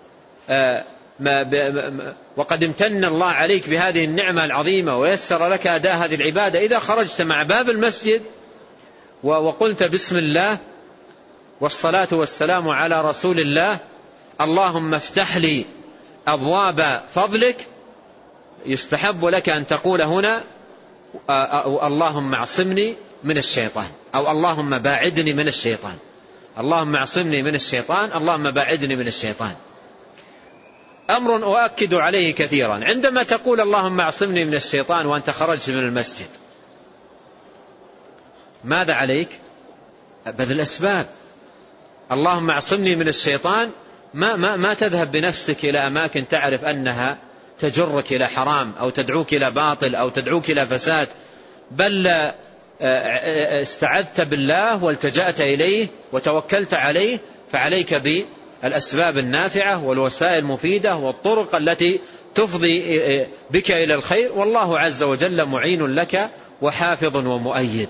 وقد امتن الله عليك بهذه النعمة العظيمة ويسر لك أداء هذه العبادة، إذا خرجت مع باب المسجد وقلت بسم الله والصلاة والسلام على رسول الله، اللهم افتح لي أبواب فضلك، يستحب لك أن تقول هنا: اللهم اعصمني من الشيطان، أو اللهم باعدني من الشيطان. اللهم اعصمني من الشيطان، اللهم باعدني من الشيطان. أمر أؤكد عليه كثيرا: عندما تقول اللهم اعصمني من الشيطان وأنت خرجت من المسجد، ماذا عليك؟ بذل الأسباب. اللهم اعصمني من الشيطان، ما تذهب بنفسك إلى أماكن تعرف أنها تجرك إلى حرام أو تدعوك إلى باطل أو تدعوك إلى فساد، بل استعذت بالله والتجأت إليه وتوكلت عليه، فعليك بالأسباب النافعة والوسائل المفيدة والطرق التي تفضي بك إلى الخير، والله عز وجل معين لك وحافظ ومؤيد.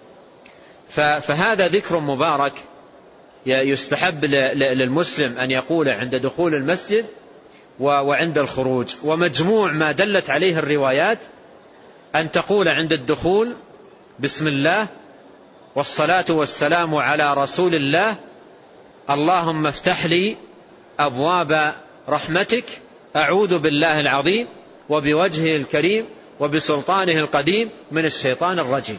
فهذا ذكر مبارك يستحب للمسلم أن يقول عند دخول المسجد وعند الخروج. ومجموع ما دلت عليه الروايات أن تقول عند الدخول بسم الله والصلاة والسلام على رسول الله، اللهم افتح لي أبواب رحمتك، أعوذ بالله العظيم وبوجهه الكريم وبسلطانه القديم من الشيطان الرجيم.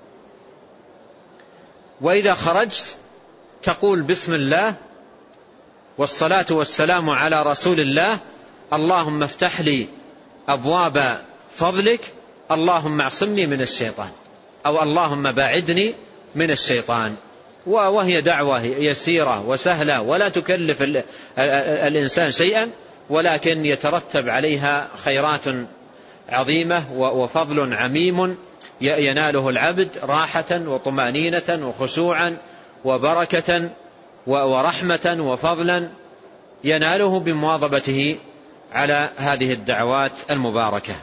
وإذا خرجت تقول بسم الله والصلاة والسلام على رسول الله، اللهم افتح لي أبواب فضلك، اللهم اعصمني من الشيطان، أو اللهم باعدني من الشيطان. وهي دعوة يسيرة وسهلة ولا تكلف الإنسان شيئا، ولكن يترتب عليها خيرات عظيمة وفضل عميم يناله العبد راحة وطمأنينة وخشوعا وبركة ورحمة وفضلا يناله بمواظبته على هذه الدعوات المباركة.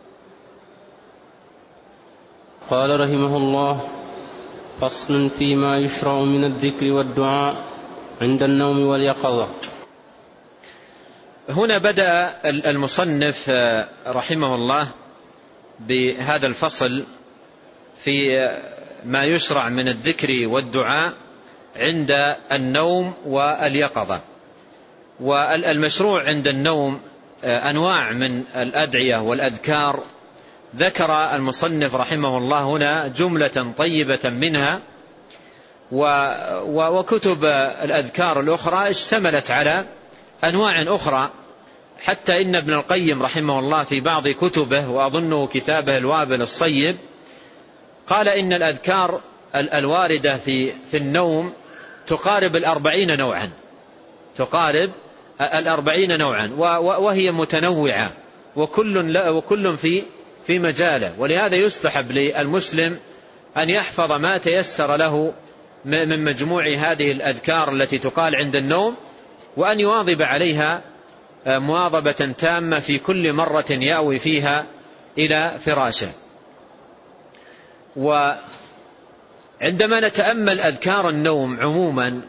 قال رحمه الله: فصل فيما يشرع من الذكر والدعاء عند النوم واليقظة. هنا بدأ المصنف رحمه الله بهذا الفصل في ما يشرع من الذكر والدعاء عند النوم واليقظة. والمشروع عند النوم أنواع من الأدعية والأذكار، ذكر المصنف رحمه الله هنا جملة طيبة منها، وكتب الأذكار الأخرى اشتملت على أنواع أخرى، حتى إن ابن القيم رحمه الله في بعض كتبه، وأظنه كتابه الوابل الصيب، قال إن الأذكار الواردة في النوم تقارب 40 نوعا، تقارب 40 نوعا، وهي متنوعة وكل في مجاله. ولهذا يستحب للمسلم أن يحفظ ما تيسر له من مجموع هذه الأذكار التي تقال عند النوم، وأن يواظب عليها مواظبة تامة في كل مرة يأوي فيها إلى فراشه. وعندما نتأمل أذكار النوم عموما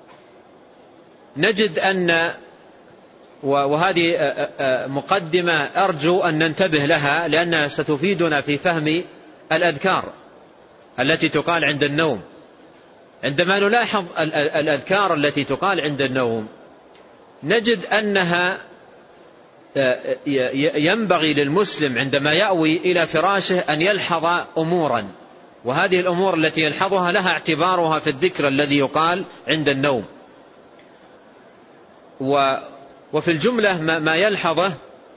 نجد أن، وهذه مقدمة أرجو أن ننتبه لها لأنها ستفيدنا في فهم الأذكار التي تقال عند النوم. عندما نلاحظ الأذكار التي تقال عند النوم نجد أنها ينبغي للمسلم عندما يأوي إلى فراشه أن يلحظ أمورا، وهذه الأمور التي يلحظها لها اعتبارها في الذكر الذي يقال عند النوم. وفي الجملة ما يلحظه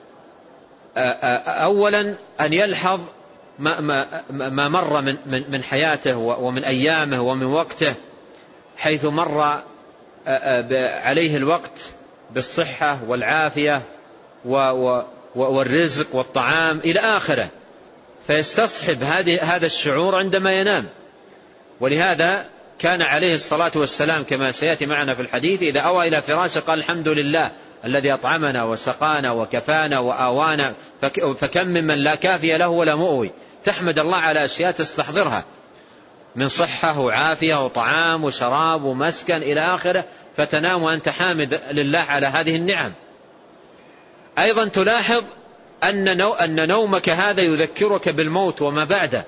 أولا أن يلحظ ما مر من حياته ومن أيامه ومن وقته، حيث مر عليه الوقت بالصحة والعافية والرزق والطعام إلى آخره، فيستصحب هذا الشعور عندما ينام. ولهذا كان عليه الصلاة والسلام كما سيأتي معنا في الحديث إذا أوى إلى فراشه قال الحمد لله الذي أطعمنا وسقانا وكفانا وآوانا، فكم ممن لا كافي له ولا مؤوي، تحمد الله على أشياء تستحضرها من صحة وعافية وطعام وشراب ومسكن إلى آخره، فتنام وأنت حامد لله على هذه النعم. أيضا تلاحظ أن نومك هذا يذكرك بالموت وما بعده،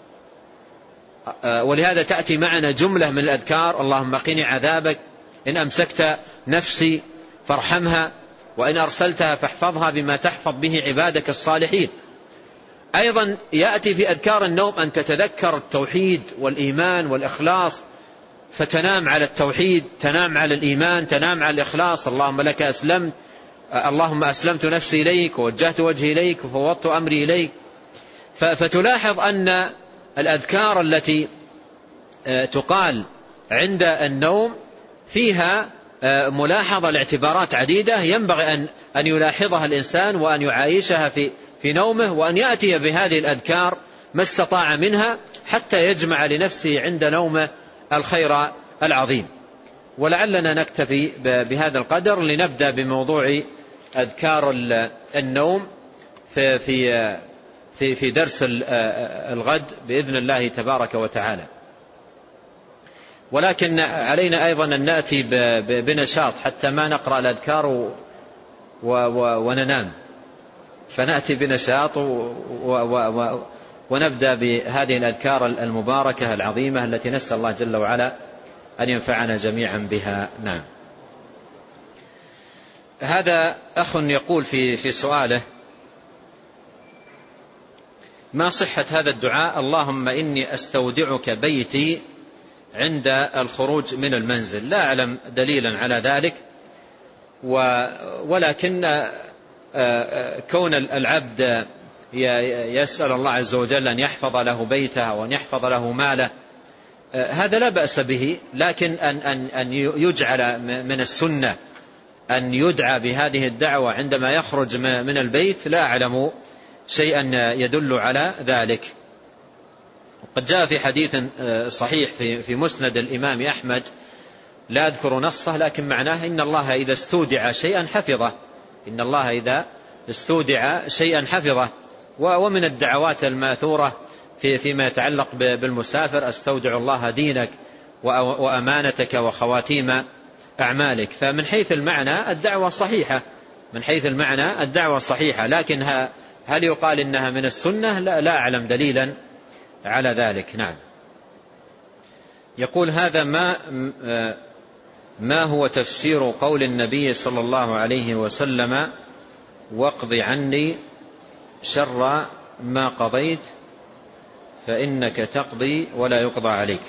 ولهذا تأتي معنا جملة من الأذكار: اللهم قني عذابك، إن أمسكت نفسي فارحمها، وإن أرسلتها فاحفظها بما تحفظ به عبادك الصالحين. أيضا يأتي في أذكار النوم أن تتذكر التوحيد والإيمان والإخلاص، فتنام على التوحيد، تنام على الإيمان، تنام على الإخلاص. اللهم لك أسلمت، اللهم أسلمت نفسي إليك ووجهت وجهي إليك وفوضت أمري إليك. فتلاحظ أن الأذكار التي تقال عند النوم فيها ملاحظة لاعتبارات عديدة ينبغي أن يلاحظها الإنسان وأن يعايشها في نومه، وأن يأتي بهذه الأذكار ما استطاع منها حتى يجمع لنفسه عند نومه الخير العظيم. ولعلنا نكتفي بهذا القدر لنبدأ بموضوع أذكار النوم في درس الغد بإذن الله تبارك وتعالى. ولكن علينا أيضا أن نأتي بنشاط حتى ما نقرأ الأذكار وننام، فنأتي بنشاط ونبدأ بهذه الأذكار المباركة العظيمة التي نسأل الله جل وعلا أن ينفعنا جميعا بها. نعم. هذا أخ يقول في سؤاله: ما صحة هذا الدعاء؟ اللهم إني أستودعك بيتي عند الخروج من المنزل. لا أعلم دليلا على ذلك، ولكن كون العبد يسأل الله عز وجل أن يحفظ له بيته وأن يحفظ له ماله هذا لا بأس به، لكن أن يجعل من السنة أن يدعى بهذه الدعوة عندما يخرج من البيت لا أعلم شيئا يدل على ذلك. قد جاء في حديث صحيح في مسند الإمام أحمد، لا أذكر نصه لكن معناه: إن الله إذا استودع شيئا حفظه. إن الله إذا استودع شيئا حفظه. ومن الدعوات الماثورة فيما يتعلق بالمسافر: أستودع الله دينك وأمانتك وخواتيم أعمالك. فمن حيث المعنى الدعوة صحيحة، من حيث المعنى الدعوة صحيحة، لكن هل يقال إنها من السنة؟ لا أعلم دليلا على ذلك. نعم. يقول: هذا ما هو تفسير قول النبي صلى الله عليه وسلم: واقض عني شر ما قضيت فإنك تقضي ولا يقضى عليك؟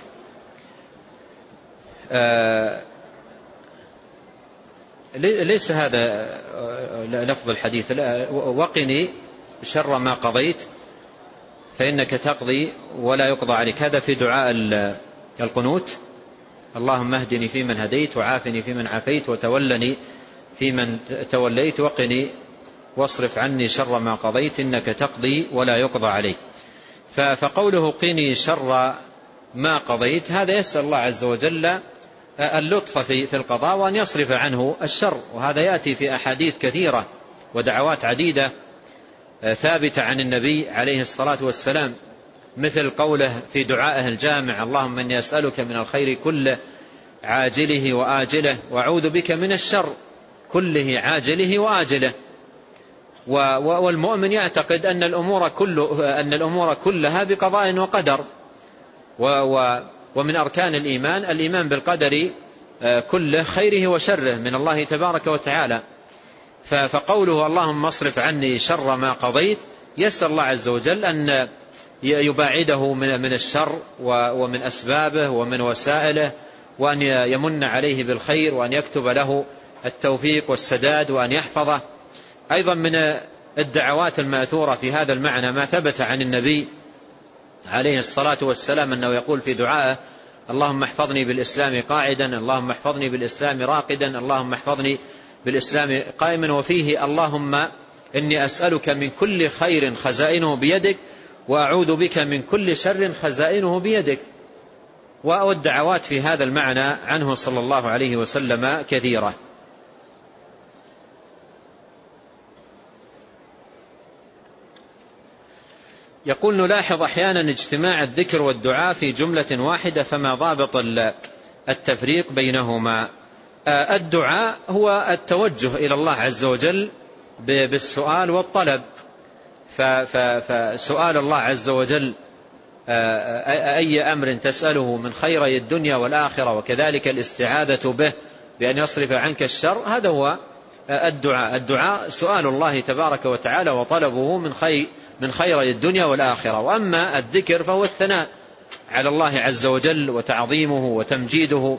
ليس هذا لفظ الحديث. وقني شر ما قضيت فإنك تقضي ولا يقضى عليك، هذا في دعاء القنوت: اللهم اهدني فيمن هديت وعافني فيمن عافيت وتولني فيمن توليت وقني واصرف عني شر ما قضيت إنك تقضي ولا يقضى عليك. فقوله قني شر ما قضيت هذا يسأل الله عز وجل اللطف في القضاء وأن يصرف عنه الشر، وهذا يأتي في أحاديث كثيرة ودعوات عديدة ثابتة عن النبي عليه الصلاة والسلام، مثل قوله في دعائه الجامع: اللهم إني أسألك من الخير كله عاجله وآجله وأعوذ بك من الشر كله عاجله وآجله. والمؤمن يعتقد أن الأمور كلها بقضاء وقدر، ومن أركان الإيمان بالقدر كله خيره وشره من الله تبارك وتعالى. فقوله اللهم اصرف عني شر ما قضيت يسأل الله عز وجل أن يباعده من الشر ومن أسبابه ومن وسائله، وأن يمن عليه بالخير، وأن يكتب له التوفيق والسداد، وأن يحفظه. أيضا من الدعوات الماثورة في هذا المعنى ما ثبت عن النبي عليه الصلاة والسلام أنه يقول في دعائه: اللهم احفظني بالإسلام قاعدا، اللهم احفظني بالإسلام راقدا، اللهم احفظني بالإسلام قائما. وفيه: اللهم إني أسألك من كل خير خزائنه بيدك وأعوذ بك من كل شر خزائنه بيدك. والدعوات في هذا المعنى عنه صلى الله عليه وسلم كثيرة. يقول: نلاحظ أحيانا اجتماع الذكر والدعاء في جملة واحدة، فما ضابط التفريق بينهما؟ الدعاء هو التوجه إلى الله عز وجل بالسؤال والطلب، فسؤال الله عز وجل أي أمر تسأله من خيري الدنيا والآخرة، وكذلك الاستعاذة به بأن يصرف عنك الشر، هذا هو الدعاء سؤال الله تبارك وتعالى وطلبه من خيري الدنيا والآخرة. وأما الذكر فهو الثناء على الله عز وجل وتعظيمه وتمجيده.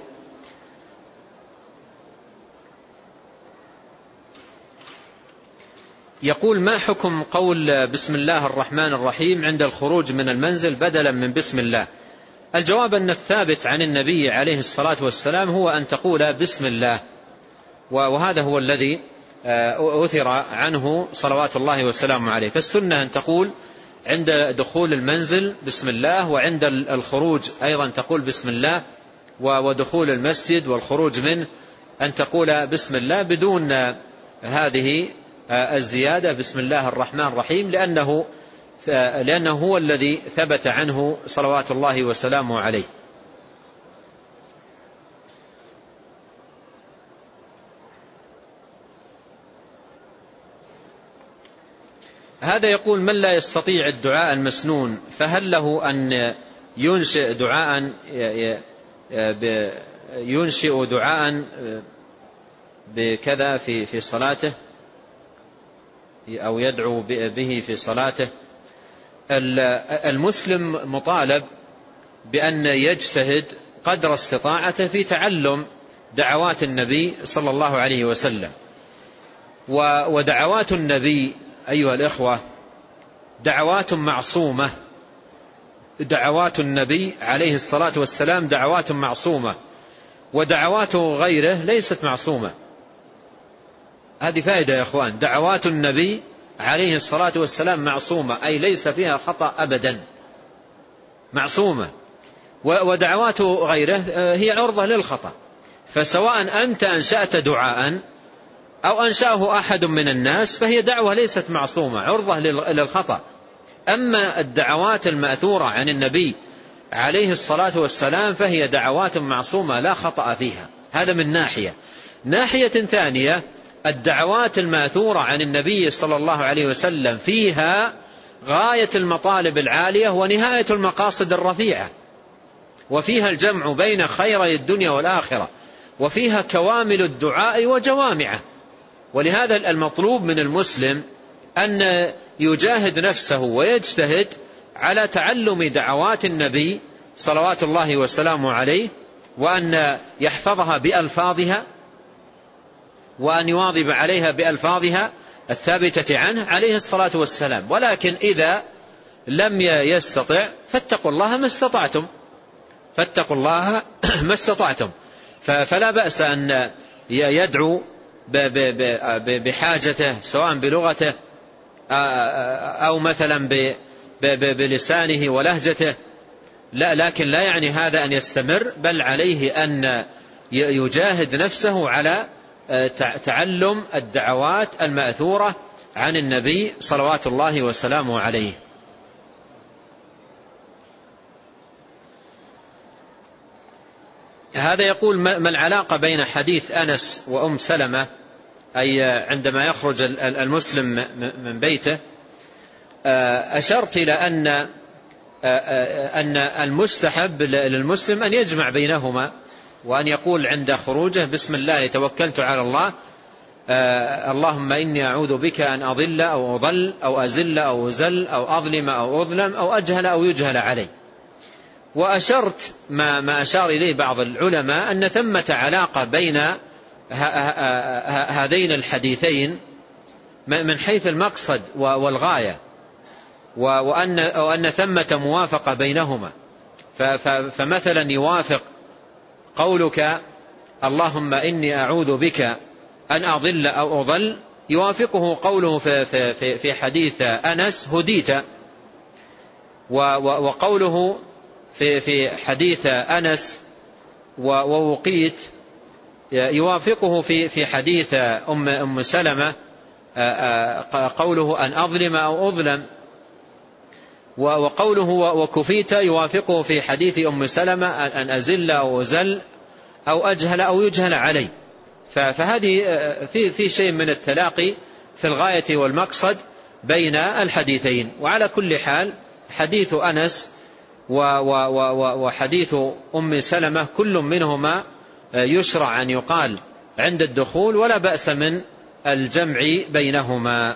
يقول: ما حكم قول بسم الله الرحمن الرحيم عند الخروج من المنزل بدلا من بسم الله؟ الجواب أن الثابت عن النبي عليه الصلاة والسلام هو أن تقول بسم الله، وهذا هو الذي أثر عنه صلوات الله وسلامه عليه. فالسنة أن تقول عند دخول المنزل بسم الله، وعند الخروج أيضا تقول بسم الله، ودخول المسجد والخروج منه أن تقول بسم الله بدون هذه الزيادة بسم الله الرحمن الرحيم، لأنه هو الذي ثبت عنه صلوات الله وسلامه عليه. هذا يقول: من لا يستطيع الدعاء المسنون فهل له أن ينشئ دعاء بكذا في صلاته أو يدعو به في صلاته؟ المسلم مطالب بأن يجتهد قدر استطاعته في تعلم دعوات النبي صلى الله عليه وسلم. ودعوات النبي أيها الإخوة دعوات معصومة، دعوات النبي عليه الصلاة والسلام دعوات معصومة، ودعوات غيره ليست معصومة. هذه فائدة يا أخوان. دعوات النبي عليه الصلاة والسلام معصومة، أي ليس فيها خطأ أبدا، معصومة. ودعوات غيره هي عرضة للخطأ. فسواء أنت أنشأت دعاء أو أنشأه أحد من الناس فهي دعوة ليست معصومة، عرضة للخطأ. أما الدعوات المأثورة عن النبي عليه الصلاة والسلام فهي دعوات معصومة لا خطأ فيها. هذا من ناحية ثانية، الدعوات المأثورة عن النبي صلى الله عليه وسلم فيها غاية المطالب العالية ونهاية المقاصد الرفيعة، وفيها الجمع بين خيري الدنيا والآخرة، وفيها كوامل الدعاء وجوامعه. ولهذا المطلوب من المسلم أن يجاهد نفسه ويجتهد على تعلم دعوات النبي صلوات الله وسلامه عليه، وأن يحفظها بألفاظها، وأن يواظب عليها بألفاظها الثابتة عنه عليه الصلاة والسلام. ولكن إذا لم يستطع فاتقوا الله ما استطعتم. فلا بأس أن يدعو بحاجته سواء بلغته أو مثلا بلسانه ولهجته، لكن لا يعني هذا أن يستمر، بل عليه أن يجاهد نفسه على تعلم الدعوات المأثورة عن النبي صلوات الله وسلامه عليه. هذا يقول: ما العلاقة بين حديث أنس وأم سلمة، أي عندما يخرج المسلم من بيته؟ أشرت إلى أن المستحب للمسلم أن يجمع بينهما، وأن يقول عند خروجه: بسم الله توكلت على الله، اللهم إني أعوذ بك أن أضل أو أضل أو أزل أو أزل أو أظلم أو أظلم أو أجهل أو يجهل علي. وأشرت ما أشار إليه بعض العلماء أن ثمة علاقة بين هذين الحديثين من حيث المقصد والغاية، وأن ثمة موافقة بينهما. فمثلا يوافق قولك اللهم إني أعوذ بك أن أضل أو أضل، يوافقه قوله في حديث أنس هديت، وقوله في حديث أنس ووقيت يوافقه في حديث أم سلمة قوله أن أظلم أو أظلم، وقوله وكفيت يوافقه في حديث أم سلمة أن أزل أو أزل أو أجهل أو يجهل علي. فهذه في شيء من التلاقي في الغاية والمقصد بين الحديثين. وعلى كل حال حديث أنس وحديث أم سلمة كل منهما يشرع أن يقال عند الدخول، ولا بأس من الجمع بينهما.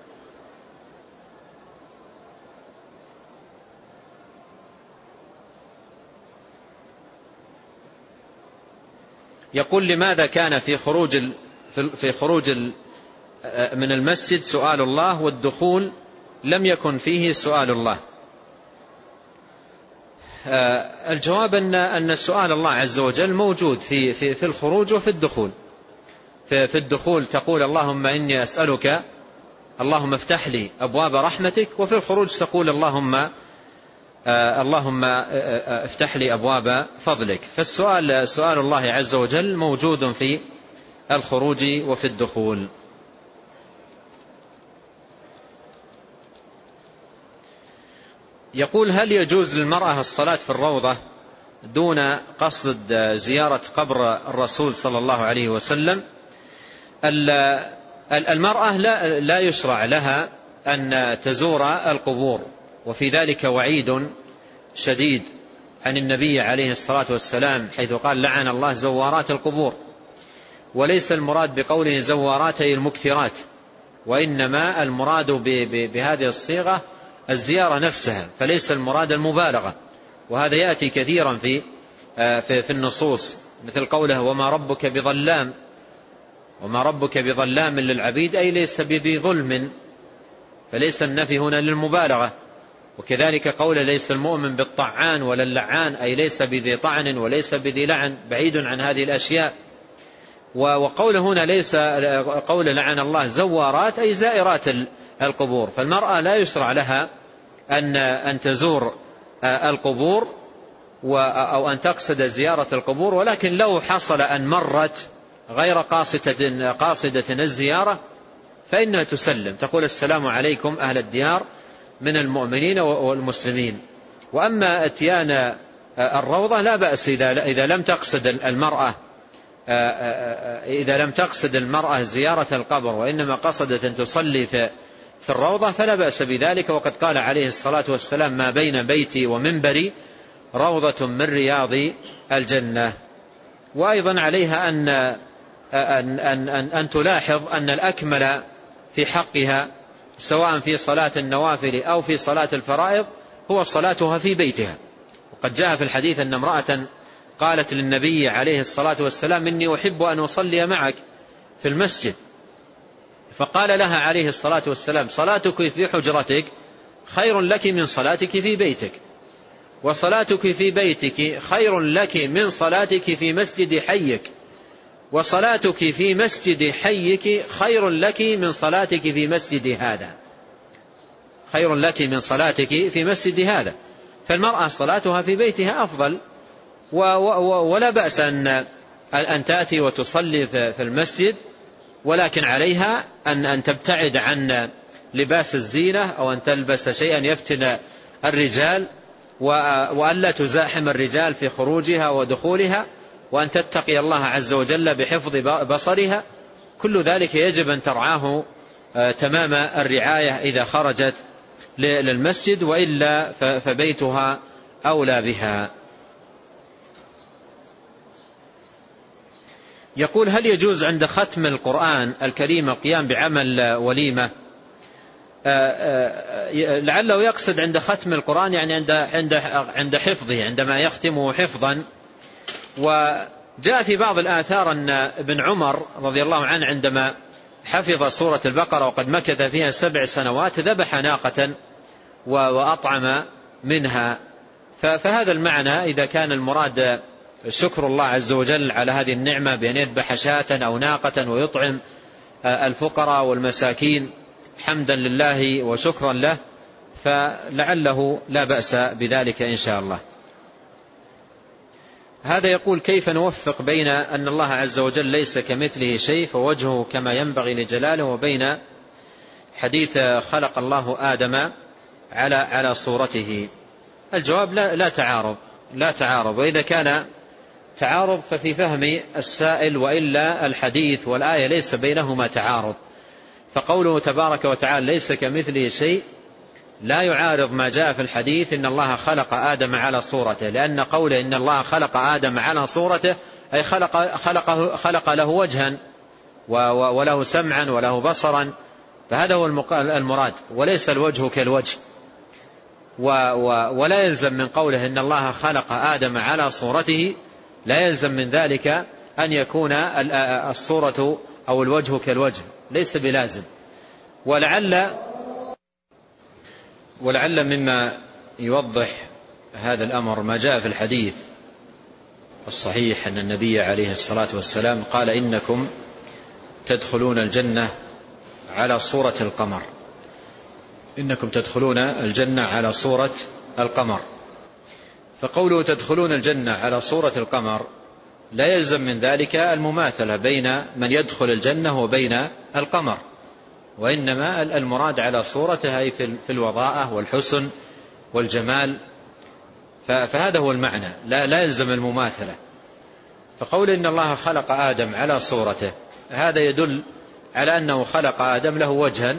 يقول: لماذا كان في خروج من المسجد سؤال الله، والدخول لم يكن فيه سؤال الله؟ الجواب أن سؤال الله عز وجل موجود في الخروج وفي الدخول. في الدخول تقول اللهم إني أسألك، اللهم افتح لي أبواب رحمتك، وفي الخروج تقول اللهم افتح لي أبواب فضلك. فالسؤال سؤال الله عز وجل موجود في الخروج وفي الدخول. يقول هل يجوز للمرأة الصلاة في الروضة دون قصد زيارة قبر الرسول صلى الله عليه وسلم؟ المرأة لا يشرع لها أن تزور القبور، وفي ذلك وعيد شديد عن النبي عليه الصلاة والسلام، حيث قال لعن الله زوارات القبور. وليس المراد بقوله زواراتي المكثرات، وإنما المراد بهذه الصيغة الزيارة نفسها، فليس المراد المبالغة. وهذا يأتي كثيرا في النصوص، مثل قوله وما ربك بظلام للعبيد، أي ليس بذي ظلم، فليس النفي هنا للمبالغة. وكذلك قوله ليس المؤمن بالطعان ولا اللعان، أي ليس بذي طعن وليس بذي لعن، بعيد عن هذه الأشياء. وقوله هنا ليس قول لعن الله زوارات، أي زائرات القبور. فالمرأة لا يشرع لها أن تزور القبور أو أن تقصد زيارة القبور، ولكن لو حصل أن مرت غير قاصدة الزيارة فإنها تسلم، تقول السلام عليكم أهل الديار من المؤمنين والمسلمين. وأما اتيان الروضة لا بأس إذا لم تقصد المرأة زيارة القبر، وإنما قصدت أن تصلي في الروضة فلا بأس بذلك. وقد قال عليه الصلاة والسلام ما بين بيتي ومنبري روضة من رياض الجنة. وأيضا عليها أن تلاحظ أن الأكمل في حقها سواء في صلاة النوافل أو في صلاة الفرائض هو صلاتها في بيتها. وقد جاء في الحديث أن امرأة قالت للنبي عليه الصلاة والسلام إني أحب أن أصلي معك في المسجد، فقال لها عليه الصلاة والسلام صلاتك في حجرتك خير لك من صلاتك في بيتك، وصلاتك في بيتك خير لك من صلاتك في مسجد حيك، وصلاتك في مسجد حيك خير لك من صلاتك في مسجد هذا، خير لك من صلاتك في مسجد هذا. فالمرأة صلاتها في بيتها أفضل، ولا بأس أن تأتي وتصلي في المسجد، ولكن عليها أن تبتعد عن لباس الزينة أو أن تلبس شيئا يفتن الرجال، وأن لا تزاحم الرجال في خروجها ودخولها، وأن تتقي الله عز وجل بحفظ بصرها. كل ذلك يجب أن ترعاه تمام الرعاية إذا خرجت للمسجد، وإلا فبيتها أولى بها. يقول هل يجوز عند ختم القرآن الكريم القيام بعمل وليمة؟ لعله يقصد عند ختم القرآن يعني عند حفظه، عندما يختمه حفظا. وجاء في بعض الآثار أن ابن عمر رضي الله عنه عندما حفظ سورة البقرة وقد مكث فيها 7 سنوات ذبح ناقة وأطعم منها. فهذا المعنى إذا كان المراد شكر الله عز وجل على هذه النعمة بأن يذبح شاة أو ناقة ويطعم الفقراء والمساكين حمدا لله وشكرا له، فلعله لا بأس بذلك إن شاء الله. هذا يقول كيف نوفق بين أن الله عز وجل ليس كمثله شيء فوجهه كما ينبغي لجلاله، وبين حديث خلق الله آدم على صورته؟ الجواب لا تعارض، وإذا كان تعارض ففي فهم السائل، وإلا الحديث والآية ليس بينهما تعارض. فقوله تبارك وتعالى ليس كمثله شيء لا يعارض ما جاء في الحديث إن الله خلق آدم على صورته، لأن قوله إن الله خلق آدم على صورته أي خلق له وجها وله سمعا وله بصرا، فهذا هو المراد، وليس الوجه كالوجه. ولا يلزم من قوله إن الله خلق آدم على صورته، لا يلزم من ذلك أن يكون الصورة أو الوجه كالوجه، ليس بلازم. ولعل مما يوضح هذا الأمر ما جاء في الحديث الصحيح أن النبي عليه الصلاة والسلام قال: إنكم تدخلون الجنة على صورة القمر. إنكم تدخلون الجنة على صورة القمر. فقوله تدخلون الجنة على صورة القمر لا يلزم من ذلك المماثلة بين من يدخل الجنة وبين القمر، وإنما المراد على صورته أي في الوضاءة والحسن والجمال، فهذا هو المعنى، لا يلزم المماثلة. فقول إن الله خلق آدم على صورته هذا يدل على أنه خلق آدم له وجها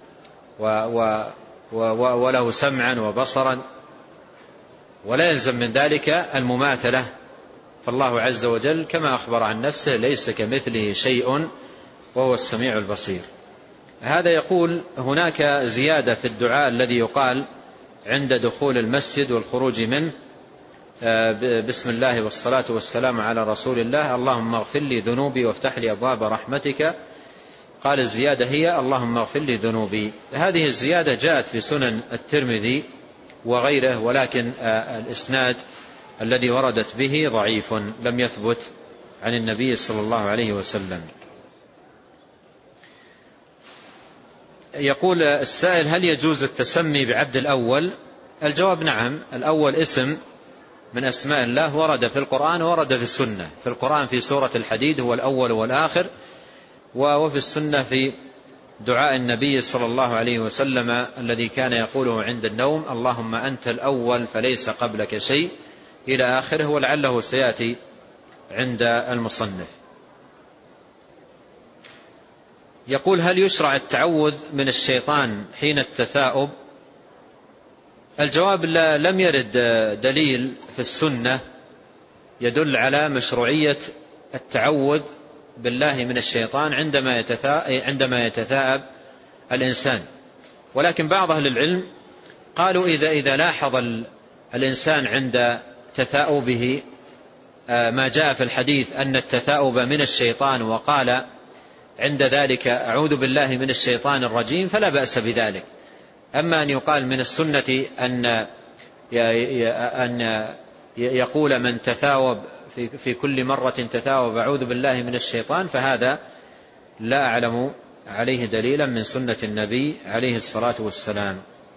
وله سمعا وبصرا، ولا يلزم من ذلك المماثلة. فالله عز وجل كما أخبر عن نفسه: ليس كمثله شيء وهو السميع البصير. هذا يقول هناك زيادة في الدعاء الذي يقال عند دخول المسجد والخروج منه: بسم الله والصلاة والسلام على رسول الله، اللهم اغفر لي ذنوبي وافتح لي أبواب رحمتك. قال الزيادة هي: اللهم اغفر لي ذنوبي. هذه الزيادة جاءت في سنن الترمذي وغيره، ولكن الإسناد الذي وردت به ضعيف، لم يثبت عن النبي صلى الله عليه وسلم. يقول السائل: هل يجوز التسمي بعبد الأول؟ الجواب: نعم. الأول اسم من أسماء الله، ورد في القرآن ورد في السنة. في القرآن في سورة الحديد هو الأول والآخر، وفي السنة في دعاء النبي صلى الله عليه وسلم الذي كان يقوله عند النوم: اللهم أنت الأول فليس قبلك شيء، إلى آخره، ولعله سيأتي عند المصنف. يقول: هل يشرع التعوذ من الشيطان حين التثاؤب؟ الجواب: لم يرد دليل في السنة يدل على مشروعية التعوذ بالله من الشيطان عندما يتثاءب الإنسان، ولكن بعض أهل العلم قالوا إذا لاحظ الإنسان عند تثاؤبه ما جاء في الحديث أن التثاؤب من الشيطان، وقال عند ذلك أعوذ بالله من الشيطان الرجيم، فلا بأس بذلك. أما أن يقال من السنة أن يقول من تثاوب في كل مرة تثاوب أعوذ بالله من الشيطان، فهذا لا أعلم عليه دليلا من سنة النبي عليه الصلاة والسلام.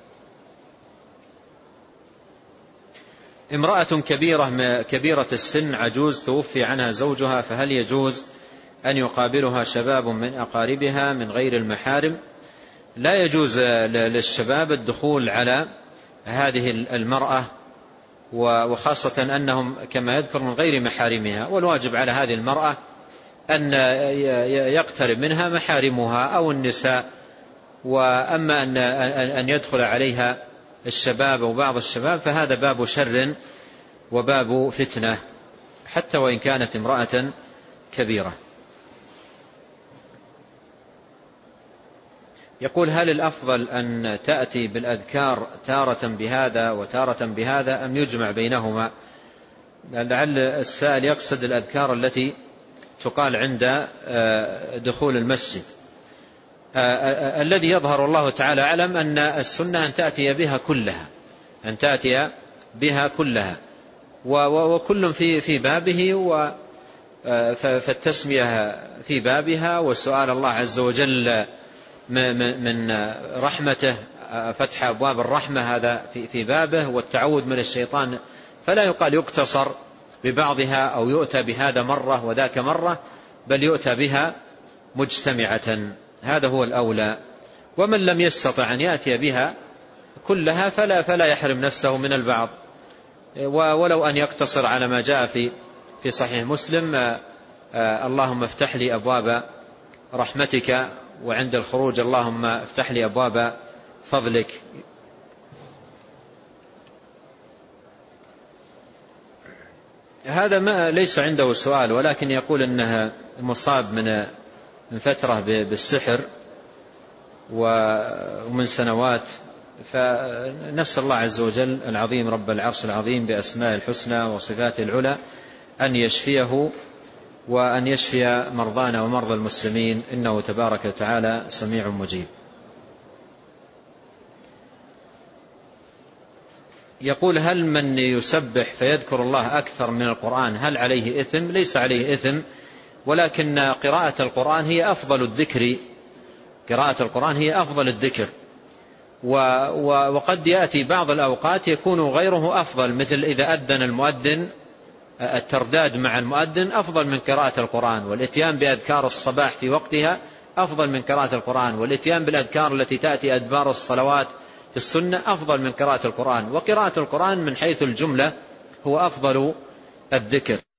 امرأة كبيرة السن عجوز توفي عنها زوجها، فهل يجوز أن يقابلها شباب من أقاربها من غير المحارم؟ لا يجوز للشباب الدخول على هذه المرأة، وخاصة أنهم كما يذكر من غير محارمها، والواجب على هذه المرأة أن يقترب منها محارمها أو النساء. وأما أن يدخل عليها الشباب أو بعض الشباب فهذا باب شر وباب فتنة، حتى وإن كانت امرأة كبيرة. يقول: هل الأفضل أن تأتي بالأذكار تارة بهذا وتارة بهذا أم يجمع بينهما؟ لعل السائل يقصد الأذكار التي تقال عند دخول المسجد. الذي يظهر الله تعالى أعلم أن السنة أن تأتي بها كلها، وكل في بابه، فالتسمية في بابها، وسؤال الله عز وجل من رحمته، فتح أبواب الرحمة هذا في بابه، والتعوذ من الشيطان فلا يقال يقتصر ببعضها أو يؤتى بهذا مرة وذاك مرة، بل يؤتى بها مجتمعة، هذا هو الأولى. ومن لم يستطع أن يأتي بها كلها فلا يحرم نفسه من البعض، ولو أن يقتصر على ما جاء في صحيح مسلم: اللهم افتح لي أبواب رحمتك، وعند الخروج اللهم افتح لي أبواب فضلك. هذا ما ليس عنده سؤال، ولكن يقول أنها مصاب من فترة بالسحر ومن سنوات، فنسأل الله عز وجل العظيم رب العرش العظيم بأسماء الحسنى وصفاته العلى أن يشفيه وأن يشفي مرضانا ومرضى المسلمين، إنه تبارك وتعالى سميع مجيب. يقول: هل من يسبح فيذكر الله أكثر من القرآن هل عليه إثم؟ ليس عليه إثم، ولكن قراءة القرآن هي أفضل الذكر، قراءة القرآن هي أفضل الذكر، وقد يأتي بعض الأوقات يكون غيره أفضل، مثل إذا أذن المؤذن الترداد مع المؤذن أفضل من قراءة القرآن، والإتيان بأذكار الصباح في وقتها أفضل من قراءة القرآن، والإتيان بالأذكار التي تأتي أدبار الصلوات في السنة أفضل من قراءة القرآن، وقراءة القرآن من حيث الجملة هو أفضل الذكر.